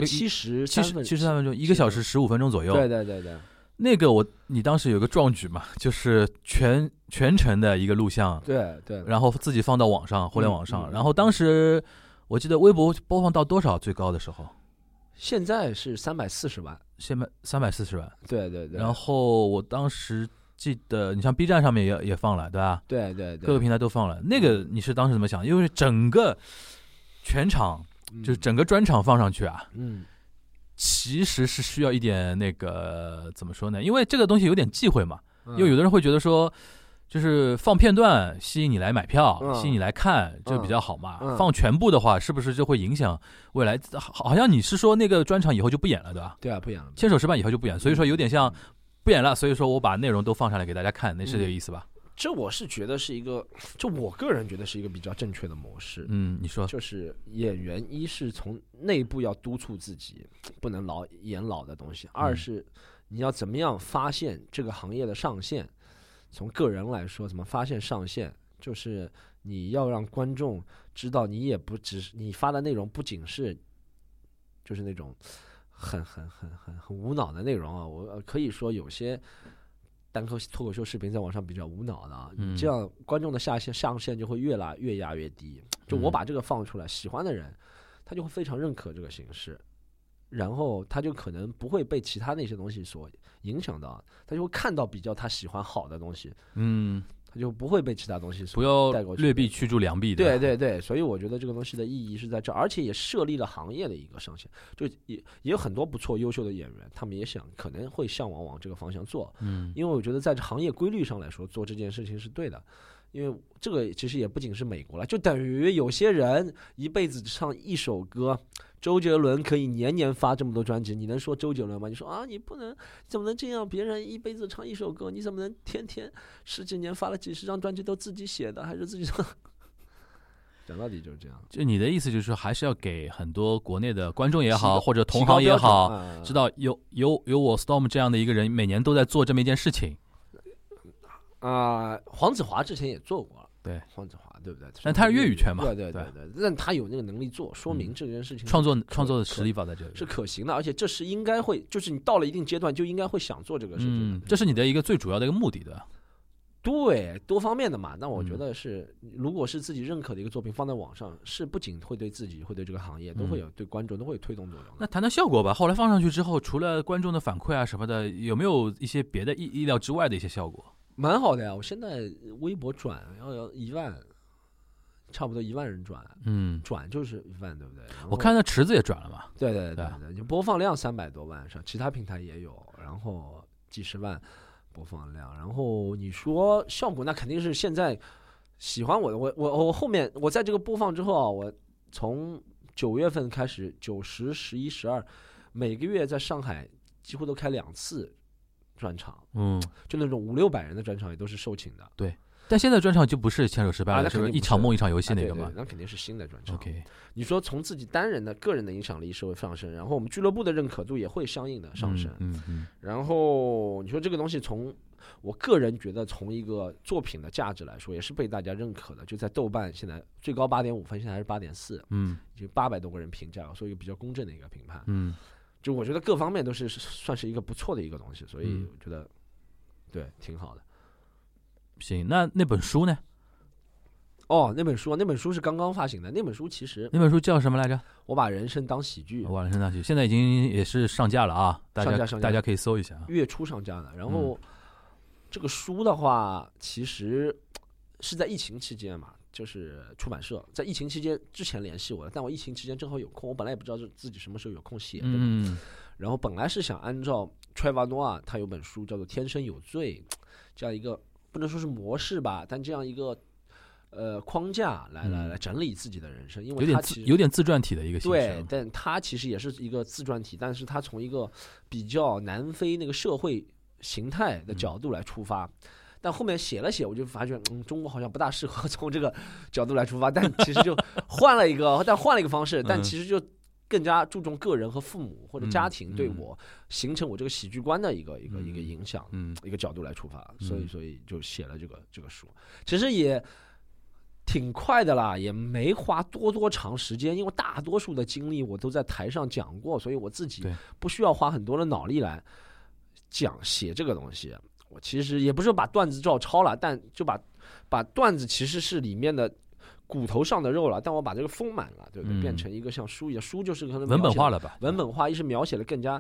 73分钟，1个小时15分钟左右。 对。 那个你当时有个壮举嘛，就是全程的一个录像， 对， 然后自己放到网上，互联网上，然后当时我记得微博播放到多少最高的时候？ 现在是340万， 现在340万。 对。 然后我当时记得，你像 B 站上面也放了，对吧？ 对， 各个平台都放了。那个你是当时怎么想？因为整个全场就是整个专场放上去啊，其实是需要一点那个怎么说呢？因为这个东西有点忌讳嘛，因为有的人会觉得说，就是放片段吸引你来买票，吸引你来看，这比较好嘛。放全部的话，是不是就会影响未来？好像你是说那个专场以后就不演了，对吧？ 对啊，不演了。 牵手失败以后就不演，所以说有点像不演了，所以说我把内容都放上来给大家看，那是这个意思吧？ 这我是觉得是一个，就我个人觉得是一个比较正确的模式。 你说， 就是演员一是从内部要督促自己，不能演老的东西；二是你要怎么样发现这个行业的上限。从个人来说，怎么发现上限，就是你要让观众知道，你也不只是你发的内容，不仅是就是那种很无脑的内容啊。我可以说有些单口脱口秀视频在网上比较无脑的啊，这样观众的上限就会越压越低。就我把这个放出来，喜欢的人他就会非常认可这个形式，然后他就可能不会被其他那些东西所影响到，他就会看到比较他喜欢好的东西，他就不会被其他东西所带过去， 不要劣币驱逐良币的。对，所以我觉得这个东西的意义是在这，而且也设立了行业的一个上限，就也有很多不错优秀的演员，他们也可能会向往这个方向做，因为我觉得在这行业规律上来说，做这件事情是对的。因为这个其实也不仅是美国了，就等于有些人一辈子只唱1首歌，周杰伦可以年年发这么多专辑，你能说周杰伦吗？你说啊，你怎么能这样？别人一辈子唱1首歌，你怎么能天天10几年发了几十张专辑都自己写的，还是自己唱？讲到底就是这样。 就你的意思就是说，还是要给很多国内的观众也好，或者同行也好，知道有我 Storm 这样的一个人，每年都在做这么一件事情。 黄子华之前也做过了， 对， 黄子华对不对？ 但他是粤语圈嘛， 对，但他有那个能力做，说明这件事情创作的实力放在这里是可行的，而且这是应该会，就是你到了一定阶段就应该会想做这个事情。 这是你的一个最主要的一个目的的。 对，多方面的嘛。那我觉得是，如果是自己认可的一个作品放在网上，是不仅会对自己，会对这个行业都会有对观众都会有推动作用。 那谈谈效果吧。后来放上去之后，除了观众的反馈啊什么的，有没有一些别的意料之外的一些效果？ 蛮好的呀，我现在微博转要1万，差不多1万人转，转就是1万，对不对？ 我看那池子也转了嘛。 对，就播放量300多万上，其他平台也有，然后几十万播放量。然后你说效果，那肯定是现在喜欢我的，我后面我在这个播放之后啊，我从9月份开始，9、10、11、12，每个月在上海几乎都开2次专场， 嗯， 就那种500-600人的专场也都是售罄的。 对。但现在专场就不是牵手失败了，是一场梦一场游戏那个嘛？ 对，那肯定是新的专场。 OK， 你说从自己单人的个人的影响力是会上升，然后我们俱乐部的认可度也会相应的上升。然后你说这个东西从我个人觉得从一个作品的价值来说，也是被大家认可的。就在豆瓣现在最高8.5分，现在还是8.4，已经800多个人评价，所以一个比较公正的一个评判。就我觉得各方面都是算是一个不错的一个东西，所以我觉得对挺好的。 行，那本书呢？ 哦，那本书是刚刚发行的。那本书叫什么来着？ 我把人生当喜剧。 我把人生当喜剧，现在已经也是上架了啊，大家可以搜一下。 月初上架的。然后这个书的话，其实是在疫情期间嘛，就是出版社在疫情期间之前联系我的，但我疫情期间正好有空，我本来也不知道自己什么时候有空写的。然后本来是想按照 Trevor Noah 他有本书叫做《天生有罪》这样一个不能说是模式吧，但这样一个框架来整理自己的人生，因为它有点自传体的一个形式。 对，但它其实也是一个自传体，但是它从一个比较南非那个社会形态的角度来出发。但后面写了写，我就发觉，中国好像不大适合从这个角度来出发，但其实就换了一个方式，但其实就更加注重个人和父母或者家庭对我形成我这个喜剧观的一个影响，一个角度来出发，所以就写了这个书。其实也挺快的啦，也没花多长时间，因为大多数的精力我都在台上讲过，所以我自己不需要花很多的脑力来写这个东西。我其实也不是把段子照抄了，但就把段子其实是里面的骨头上的肉了，但我把这个丰满了，对不对？变成一个像书一样，书就是可能文本化了吧？ 文本化，一是描写的更加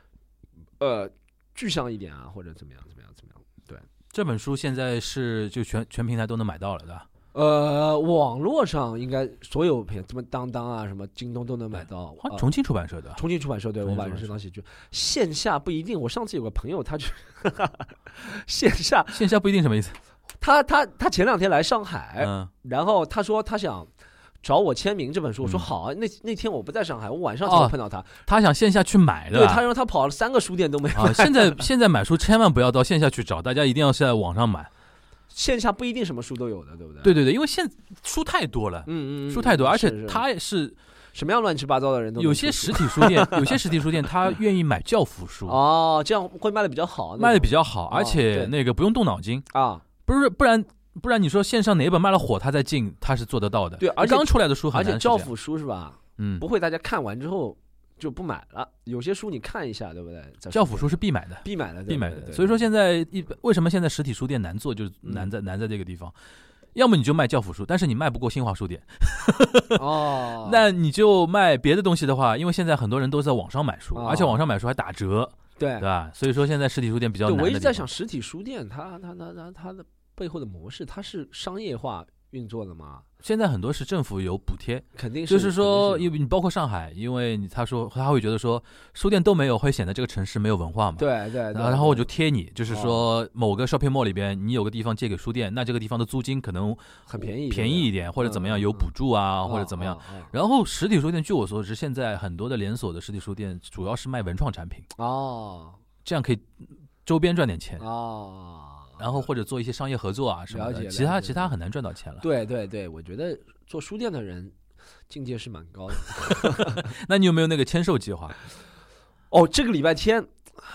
具象一点啊，或者怎么样。对， 这本书现在是就全平台都能买到了，对吧？ 网络上应该所有什么当当啊，什么京东都能买到。 重庆出版社的， 重庆出版社对，我把人生当喜剧。线下不一定，我上次有个朋友，他就线下不一定什么意思？ 他前2天来上海，然后他说他想找我签名这本书，我说好啊。那天我不在上海，我晚上才碰到他， 他想线下去买的。 对，他说他跑了3个书店都没买。 现在买书千万不要到线下去找，大家一定要是在网上买。 线下不一定什么书都有的，对不对？ 对，因为书太多了，书太多，而且他也是什么样乱七八糟的人都有些实体书店，他愿意买教辅书这样会卖的比较好， 而且那个不用动脑筋啊， 不然你说线上哪一本卖了火，他再进，他是做得到的。 对，而且刚出来的书很难， 而且教辅书是吧？不会大家看完之后就不买了，有些书你看一下，对不对？ 教辅书是必买的。所以说现在为什么现在实体书店难做，就是难在这个地方。要么你就卖教辅书，但是你卖不过新华书店。那你就卖别的东西的话，因为现在很多人都在网上买书，而且网上买书还打折，对吧？所以说现在实体书店比较难的地方。 我一直在想，实体书店它的背后的模式，它是商业化运作的吗？ 现在很多是政府有补贴， 肯定是， 就是说，因为你包括上海，因为他会觉得说书店都没有，会显得这个城市没有文化嘛。 对。 然后我就贴你，就是说某个 shopping mall 里边，你有个地方借给书店，那这个地方的租金可能很便宜一点，或者怎么样有补助啊，或者怎么样。然后实体书店，据我所知，现在很多的连锁的实体书店主要是卖文创产品这样可以周边赚点钱然后或者做一些商业合作啊什么的，其他很难赚到钱了。 对，我觉得做书店的人境界是蛮高的。 那你有没有那个签售计划？ 这个礼拜天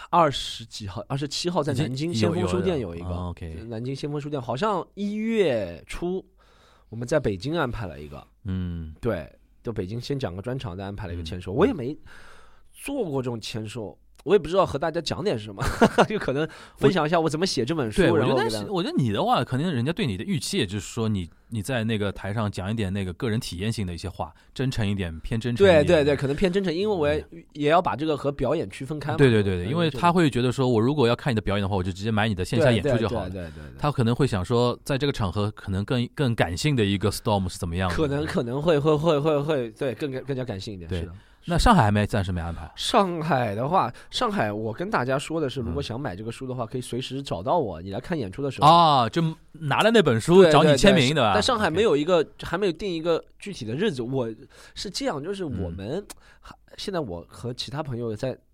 27号在南京先锋书店有一个。 OK， 南京先锋书店好像1月初我们在北京安排了一个。对，就北京先讲个专场，再安排了一个签售。我也没做过这种签售。我也不知道和大家讲点什么，就可能分享一下我怎么写这本书。 对，我觉得你的话，可能人家对你的预期，也就是说你在那个台上讲一点那个个人体验性的一些话，真诚一点，偏真诚一点。 对，可能偏真诚，因为我也要把这个和表演区分开嘛。 对，因为他会觉得说，我如果要看你的表演的话，我就直接买你的线下演出就好了。 对， 他可能会想说，在这个场合，可能更感性的一个 storm 是怎么样的？ 可能会，对，更加感性一点。是的。 那上海暂时没安排。 上海的话，我跟大家说的是，如果想买这个书的话，可以随时找到我。你来看演出的时候就拿了那本书找你签名，对吧？ 但上海还没有定一个具体的日子。我是这样，就是我们现在我和其他朋友在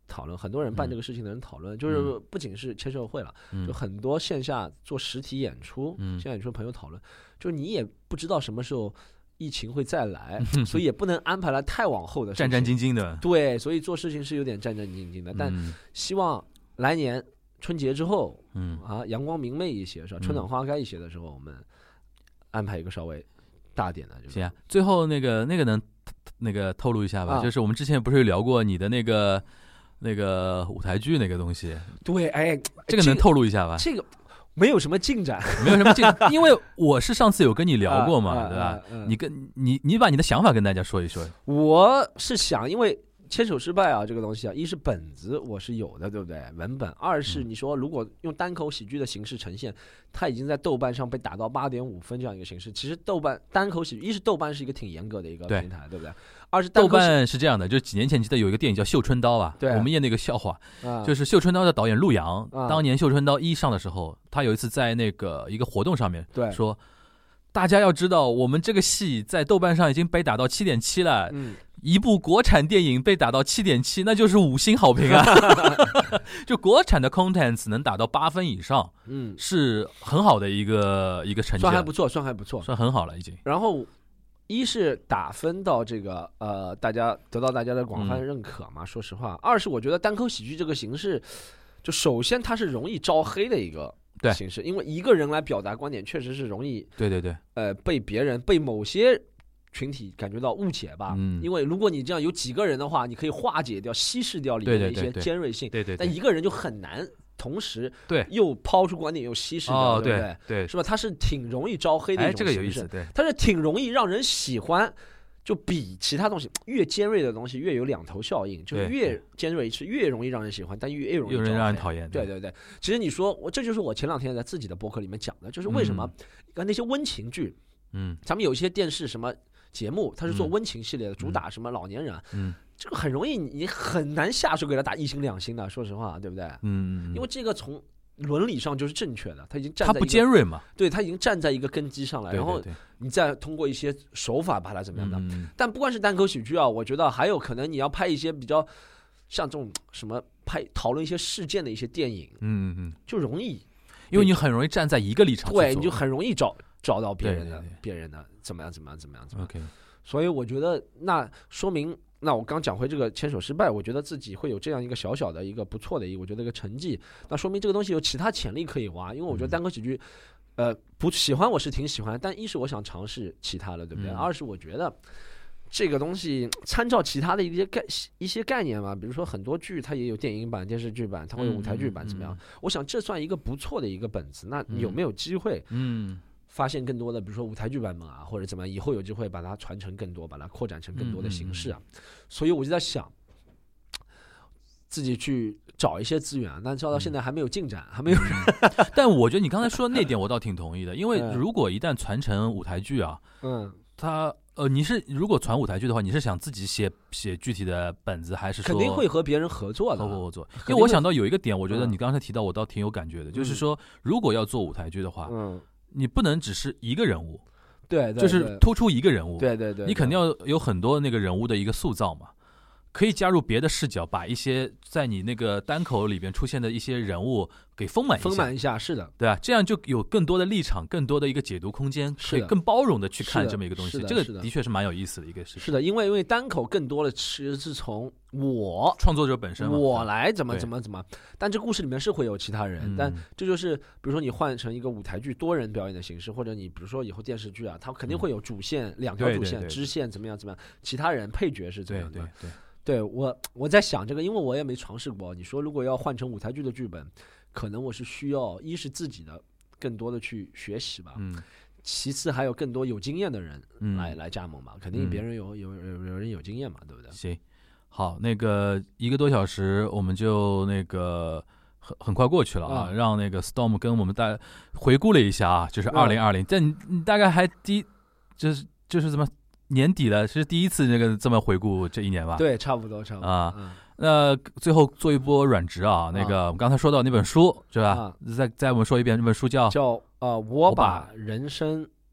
讨论，很多人办这个事情的人讨论，就是不仅是签售会了，就很多线下做实体演出，线下演出的朋友讨论，就是你也不知道什么时候疫情会再来，所以也不能安排了太往后的事情， 战战兢兢的。 对，所以做事情是有点战战兢兢的，但希望来年春节之后，阳光明媚一些，是吧？春暖花开一些的时候，我们安排一个稍微大点的。 行啊，最后那个能透露一下吧？就是我们之前不是有聊过你的那个舞台剧那个东西？对，哎，这个能透露一下吧？ 这个没有什么进展， 没有什么进展，因为我是上次有跟你聊过嘛，对吧？你把你的想法跟大家说一说。 我是想，因为牵手失败啊，这个东西啊，一是本子我是有的，对不对？文本，二是你说如果用单口喜剧的形式呈现，它已经在豆瓣上被打到8.5分这样一个形式。其实豆瓣单口喜剧，一是豆瓣是一个挺严格的一个平台， 对不对？二是豆瓣是这样的，就是几年前记得有一个电影叫《绣春刀》啊，我们演那个笑话，就是《绣春刀》的导演陆阳，当年《绣春刀》1上的时候，他有一次在那个一个活动上面说，大家要知道，我们这个戏在豆瓣上已经被打到7.7了。一部国产电影被打到7.7，那就是5星好评啊！就国产的 contents 能打到8分以上，是很好的一个成绩， 算还不错， 算很好了已经。 然后一是打分到这个大家得到大家的广泛认可嘛，说实话。二是我觉得单口喜剧这个形式，就首先它是容易招黑的一个形式，因为一个人来表达观点确实是容易被别人被某些群体感觉到误解吧，因为如果你这样有几个人的话，你可以化解掉、稀释掉里面的一些尖锐性，但一个人就很难同时又抛出观点又稀释掉，对不对？ 对， 是吧？它是挺容易招黑的一种形式， 这个有意思，对， 它是挺容易让人喜欢，就比其他东西越尖锐的东西越有两头效应，就是越尖锐是越容易让人喜欢，但越容易让人讨厌。 对，其实你说这就是我前2天在自己的博客里面讲的，就是为什么那些温情剧，咱们有一些电视什么节目，它是做温情系列的，主打什么老年人，这个很容易你很难下手给他打1星2星的，说实话，对不对？因为这个从伦理上就是正确的，他已经站在他不尖锐嘛， 对，他已经站在一个根基上了，然后你再通过一些手法把它怎么样的。但不管是单口喜剧啊，我觉得还有可能你要拍一些比较像这种什么讨论一些事件的一些电影，就容易， 因为你很容易站在一个立场， 对，你就很容易找到别人的怎么样。 OK， 所以我觉得那说明。那我刚讲回这个牵手失败，我觉得自己会有这样一个小小的一个不错的我觉得一个成绩，那说明这个东西有其他潜力可以挖。因为我觉得单口喜剧，不喜欢我是挺喜欢，但一是我想尝试其他的，对不对？二是我觉得这个东西参照其他的一些概念嘛，比如说很多剧它也有电影版、电视剧版，它会有舞台剧版，怎么样？我想这算一个不错的一个本子。那有没有机会？发现更多的，比如说舞台剧版本啊，或者怎么样，以后有机会把它传承更多，把它扩展成更多的形式啊。所以我就在想，自己去找一些资源，但照到现在还没有进展，还没有人。 但我觉得你刚才说的那点我倒挺同意的，因为如果一旦传承舞台剧啊，你是如果传舞台剧的话，你是想自己写具体的本子，还是说肯定会和别人合作的？ 合作。因为我想到有一个点，我觉得你刚才提到，我倒挺有感觉的，就是说，如果要做舞台剧的话，你不能只是一个人物， 对， 就是突出一个人物， 对， 你肯定要有很多那个人物的一个塑造嘛。可以加入别的视角，把一些在你那个单口里边出现的一些人物给丰满一下， 是的， 对吧？这样就有更多的立场，更多的一个解读空间，可以更包容的去看这么一个东西。这个的确是蛮有意思的一个事情。 是的，因为单口更多的其实是从我创作者本身， 我来怎么，但这故事里面是会有其他人，但这就是比如说你换成一个舞台剧多人表演的形式，或者你比如说以后电视剧啊，它肯定会有主线2条主线，支线怎么样，其他人配角是怎么样的。对，我在想这个，因为我也没尝试过。你说如果要换成舞台剧的剧本，可能我是需要一是自己的更多的去学习吧，其次还有更多有经验的人来加盟吧，肯定别人有人有经验嘛，对不对？ 行，好，那个1个多小时我们就那个很快过去了啊，让那个 Storm 跟我们大家回顾了一下啊，就是2020，但你大概还就是怎么？年底了，是第一次这么回顾这1年吧？ 对，差不多啊。那最后做一波软职啊，那个我们刚才说到那本书是吧？再我们说一遍，这本书叫我把人生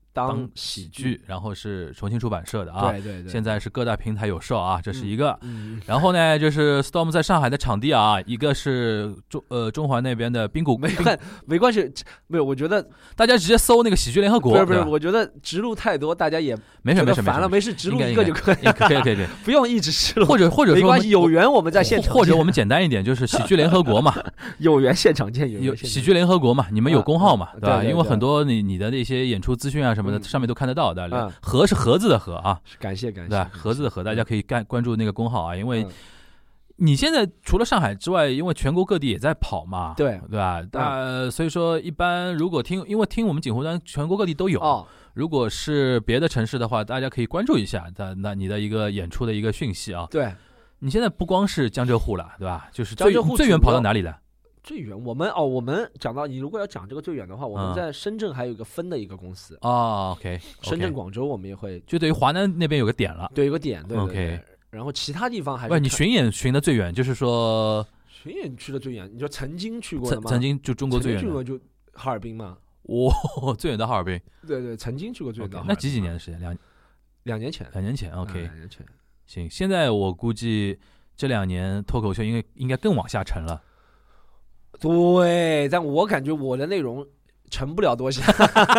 当喜剧， 然后是重庆出版社的啊， 对， 现在是各大平台有售啊，这是一个。然后呢，就是 Storm 在上海的场地啊，一个是中环那边的滨谷， 没关系，没有，我觉得大家直接搜那个喜剧联合国， 不是，我觉得直录太多，大家也没事烦了，没事，直录一个就可以， 可以， 不用一直直录， 或者说没关系，有缘我们在现场， 或者我们简单一点，就是喜剧联合国嘛， 有缘现场见， 有喜剧联合国嘛，你们有公号嘛，对吧？ 对， 因为很多你的那些演出资讯啊什么的，上面都看得到的。盒是盒子的盒啊， 感谢， 对吧？盒子的盒，大家可以关注那个公号啊，因为你现在除了上海之外，因为全国各地也在跑嘛，对吧？所以说一般如果因为听我们锦湖端全国各地都有，如果是别的城市的话，大家可以关注一下那你的一个演出的一个讯息啊。 对， 你现在不光是江浙沪了，对吧？就是最远跑到哪里了？ 最远，我们讲到你如果要讲这个最远的话，我们在深圳还有一个分的一个公司 OK， 深圳、广州我们也会， 就等于华南那边有个点了， 对，有个点，对 ，OK。 然后其他地方还是不，你巡演巡的最远，就是说巡演去的最远，你说曾经去过的吗？ 曾经就中国最远去过就哈尔滨嘛， 最远到哈尔滨， 对，曾经去过最远到哈尔滨。 那几年的时间？两年前，OK， 2年前， 行，现在我估计这2年脱口秀应该更往下沉了。 对，但我感觉我的内容沉不了多下。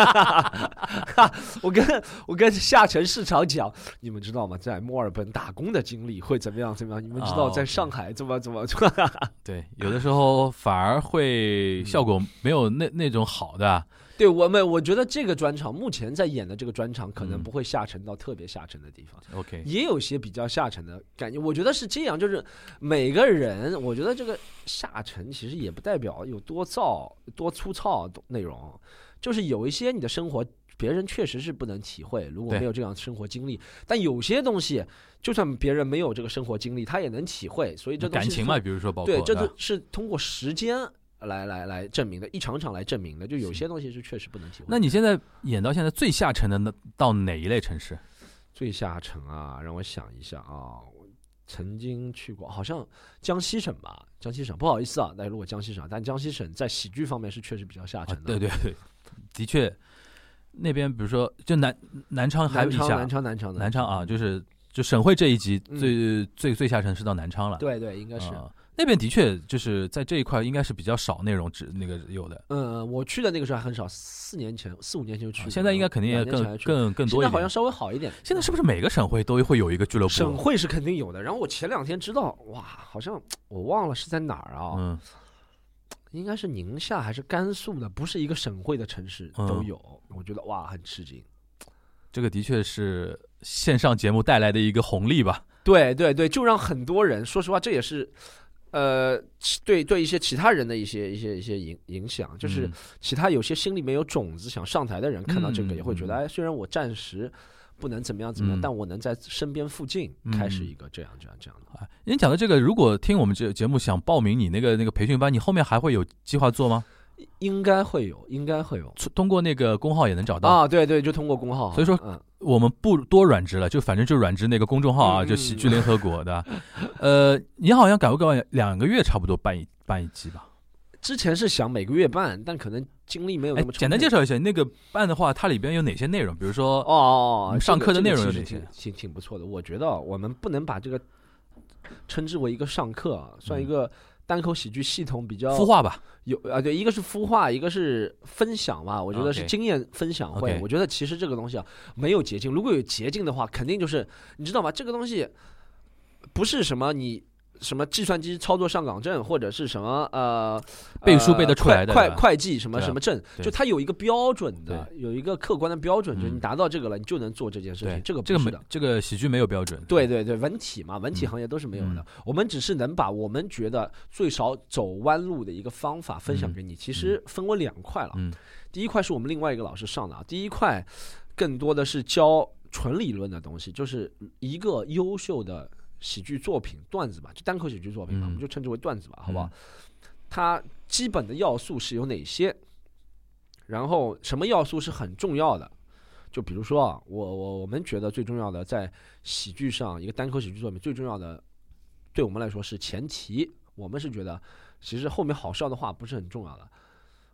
我跟下沉市场讲，你们知道吗？在墨尔本打工的经历会怎么样？你们知道在上海怎么？ 对，有的时候反而会效果没有那种好的。 对，我觉得这个专场目前在演的这个专场可能不会下沉到特别下沉的地方。 OK， 也有些比较下沉的感觉。我觉得是这样，就是每个人，我觉得这个下沉其实也不代表有多燥、多粗糙内容，就是有一些你的生活别人确实是不能体会，如果没有这样生活经历，但有些东西就算别人没有这个生活经历，他也能体会。所以这感情嘛，比如说包括对，这都是通过时间来证明的，一场场来证明的，就有些东西是确实不能体会。 那你现在演到现在最下沉的到哪一类城市？ 最下沉啊，让我想一下啊，我曾经去过，好像江西省吧，江西省，不好意思啊，但如果江西省，但江西省在喜剧方面是确实比较下沉的。 对，的确，那边比如说就南昌还有一下，南昌啊，就省会这一级最下沉是到南昌了。 对，应该是。 那边的确就是在这一块应该是比较少内容那个有的。 我去的那个时候还很少，4、5年前就去了。 现在应该肯定也更多一点。 现在好像稍微好一点。 现在是不是每个省会都会有一个俱乐部？ 省会是肯定有的。然后我前2天知道，哇，好像我忘了是在哪儿啊？应该是宁夏还是甘肃的，不是一个省会的城市都有。我觉得哇，很吃惊。 这个的确是线上节目带来的一个红利吧？ 对，就让很多人，说实话，这也是。对一些其他人的一些影响，就是其他有些心里面有种子想上台的人，看到这个也会觉得，虽然我暂时不能怎么样，但我能在身边附近开始一个这样的。 您讲的这个，如果听我们这节目想报名你那个培训班，你后面还会有计划做吗？ 应该会有， 通过那个公号也能找到啊。对，就通过公号。 所以说，我们不多软职了，反正就软职那个公众号啊，就喜剧联合国的。你好像改2个月差不多办一期吧？ 之前是想每个月办，但可能精力没有那么充沛。 简单介绍一下那个办的话，它里边有哪些内容？比如说上课的内容有哪些？ 挺不错的。我觉得我们不能把这个称之为一个上课，算一个单口喜剧系统比较孵化吧。 对，一个是孵化，一个是分享嘛。我觉得是经验分享会。我觉得其实这个东西没有捷径，如果有捷径的话，肯定就是你知道吗？这个东西不是什么什么计算机操作上岗证，或者是什么背书背得出来的会计什么证，就它有一个标准的，有一个客观的标准，就是你达到这个了，你就能做这件事情。这个不是的， 这个喜剧没有标准。 对，文体嘛，文体行业都是没有的。我们只是能把我们觉得最少走弯路的一个方法分享给你。其实分为2块了，第一块是我们另外一个老师上的，第一块更多的是教纯理论的东西，就是一个优秀的喜剧作品段子吧，就单口喜剧作品嘛，我们就称之为段子吧，好不好？它基本的要素是有哪些？然后什么要素是很重要的？就比如说啊，我们觉得最重要的在喜剧上，一个单口喜剧作品最重要的，对我们来说是前提。我们是觉得，其实后面好笑的话不是很重要的。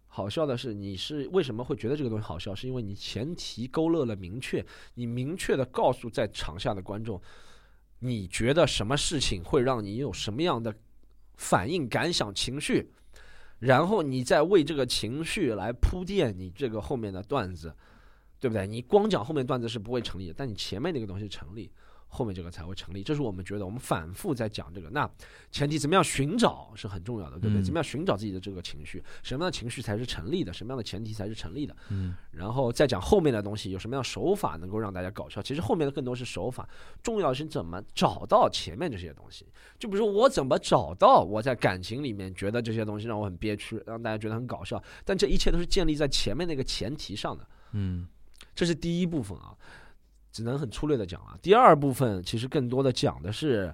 好笑的是，你是为什么会觉得这个东西好笑？是因为你前提勾勒了明确，你明确的告诉在场下的观众，你觉得什么事情会让你有什么样的反应、感想、情绪，然后你再为这个情绪来铺垫你这个后面的段子，对不对？你光讲后面段子是不会成立的，但你前面那个东西成立，后面这个才会成立。这是我们觉得我们反复在讲这个。那前提怎么样寻找是很重要的，对不对？怎么样寻找自己的这个情绪，什么样的情绪才是成立的，什么样的前提才是成立的。然后再讲后面的东西，有什么样的手法能够让大家搞笑。其实后面的更多是手法，重要是怎么找到前面这些东西。就比如说我怎么找到我在感情里面觉得这些东西让我很憋屈，让大家觉得很搞笑，但这一切都是建立在前面那个前提上的。这是第一部分啊，只能很粗略的讲了。第二部分其实更多的讲的是，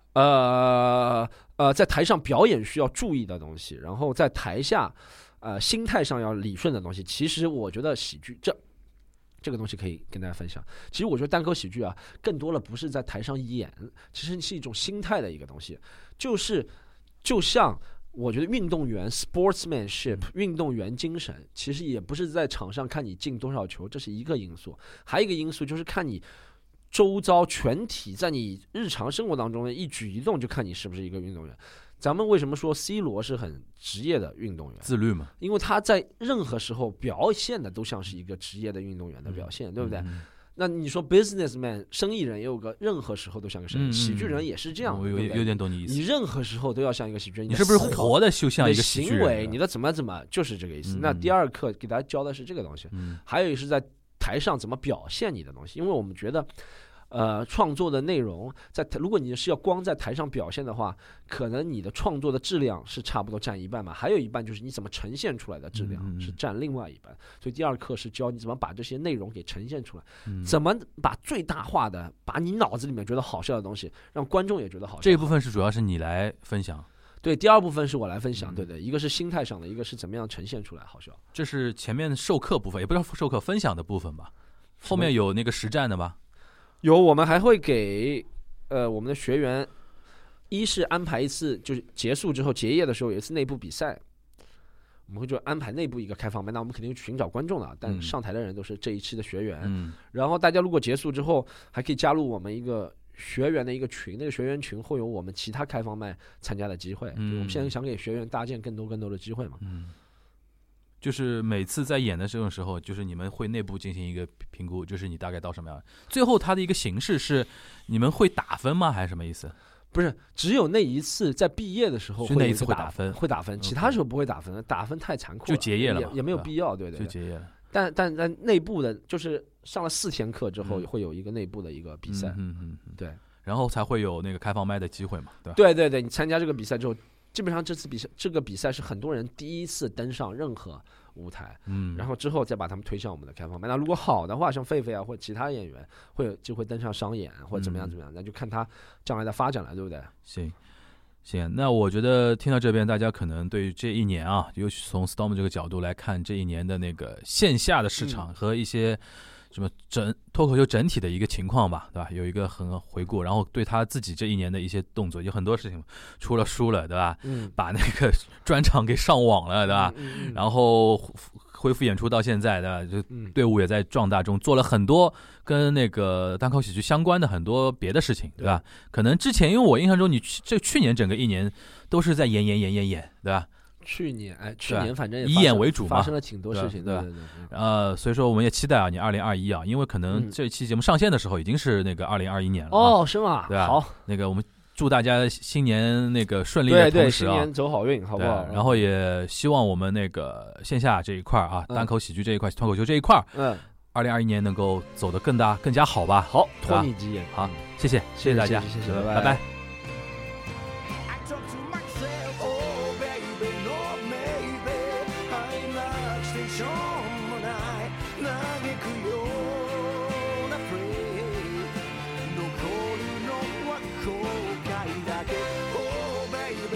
在台上表演需要注意的东西，然后在台下，心态上要理顺的东西。其实我觉得喜剧这个东西可以跟大家分享。其实我觉得单口喜剧啊，更多的不是在台上演，其实是一种心态的一个东西，就像。我觉得运动员 sportsmanship 运动员精神其实也不是在场上看你进多少球，这是一个因素，还有一个因素就是看你周遭全体在你日常生活当中的一举一动，就看你是不是一个运动员。咱们为什么说 C 罗是很职业的运动员？ 自律嘛， 因为他在任何时候表现的都像是一个职业的运动员的表现，对不对？那你说 businessman 生意人也有个任何时候都像个生意，喜剧人也是这样， 我有点懂你意思。 你任何时候都要像一个喜剧人， 你是不是活的就像一个喜剧人？ 行为，你的怎么就是这个意思。那第二课给大家教的是这个东西，还有是在台上怎么表现你的东西，因为我们觉得。创作的内容如果你是要光在台上表现的话，可能你的创作的质量是差不多占一半嘛，还有一半就是你怎么呈现出来的质量是占另外一半。所以第二课是教你怎么把这些内容给呈现出来，怎么把最大化的把你脑子里面觉得好笑的东西让观众也觉得好笑。 这一部分是主要是你来分享。 对，第二部分是我来分享，对的，一个是心态上的，一个是怎么样呈现出来好笑。 这是前面授课部分，也不知道授课分享的部分吧？后面有那个实战的吧？ 有，我们还会给我们的学员，一是安排一次，就是结束之后结业的时候有一次内部比赛，我们会就安排内部一个开放麦，那我们肯定寻找观众了，但上台的人都是这一期的学员，然后大家如果结束之后还可以加入我们一个学员的一个群，那个学员群会有我们其他开放麦参加的机会，我们现在想给学员搭建更多的机会嘛。 就是每次在演的这种时候，就是你们会内部进行一个评估，就是你大概到什么样。最后它的一个形式是你们会打分吗？还是什么意思？ 不是，只有那一次在毕业的时候那一次会打分， 其他时候不会打分，打分太残酷了， 就结业了嘛， 也没有必要，对， 就结业了。 但在内部的，就是上了4天课之后，会有一个内部的一个比赛，对， 然后才会有那个开放麦的机会嘛，对吧？ 对，你参加这个比赛之后。基本上这个比赛是很多人第一次登上任何舞台，然后之后再把他们推向我们的开放麦。那如果好的话，像狒狒啊或者其他演员会有机会登上商演或者怎么样，那就看他将来的发展了，对不对？ 行，那我觉得听到这边，大家可能对于这一年啊，尤其从 Storm 这个角度来看，这一年的那个线下的市场和一些。什么脱口秀整体的一个情况吧，对吧？有一个很回顾，然后对他自己这一年的一些动作，有很多事情，出了书了，对吧？把那个专场给上网了，对吧？然后恢复演出到现在，对吧？就队伍也在壮大中，做了很多跟那个单口喜剧相关的很多别的事情，对吧？可能之前因为我印象中，你去年整个一年都是在演，对吧？去年反正也以演为主嘛， 发生了挺多事情，对吧？所以说我们也期待啊，你2021啊，因为可能这期节目上线的时候已经是那个2021年了哦，是吗？ 对吧？ 好， 那个我们祝大家新年那个顺利的同时新年走好运，好不好？ 然后也希望我们那个线下这一块啊，单口喜剧这一块，脱口秀这一块，2021年能够走得更加好吧？ 好，托你吉言。 好，谢谢大家， 谢谢， 拜拜。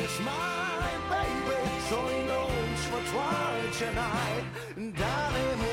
そういうのうちはトライじゃない誰も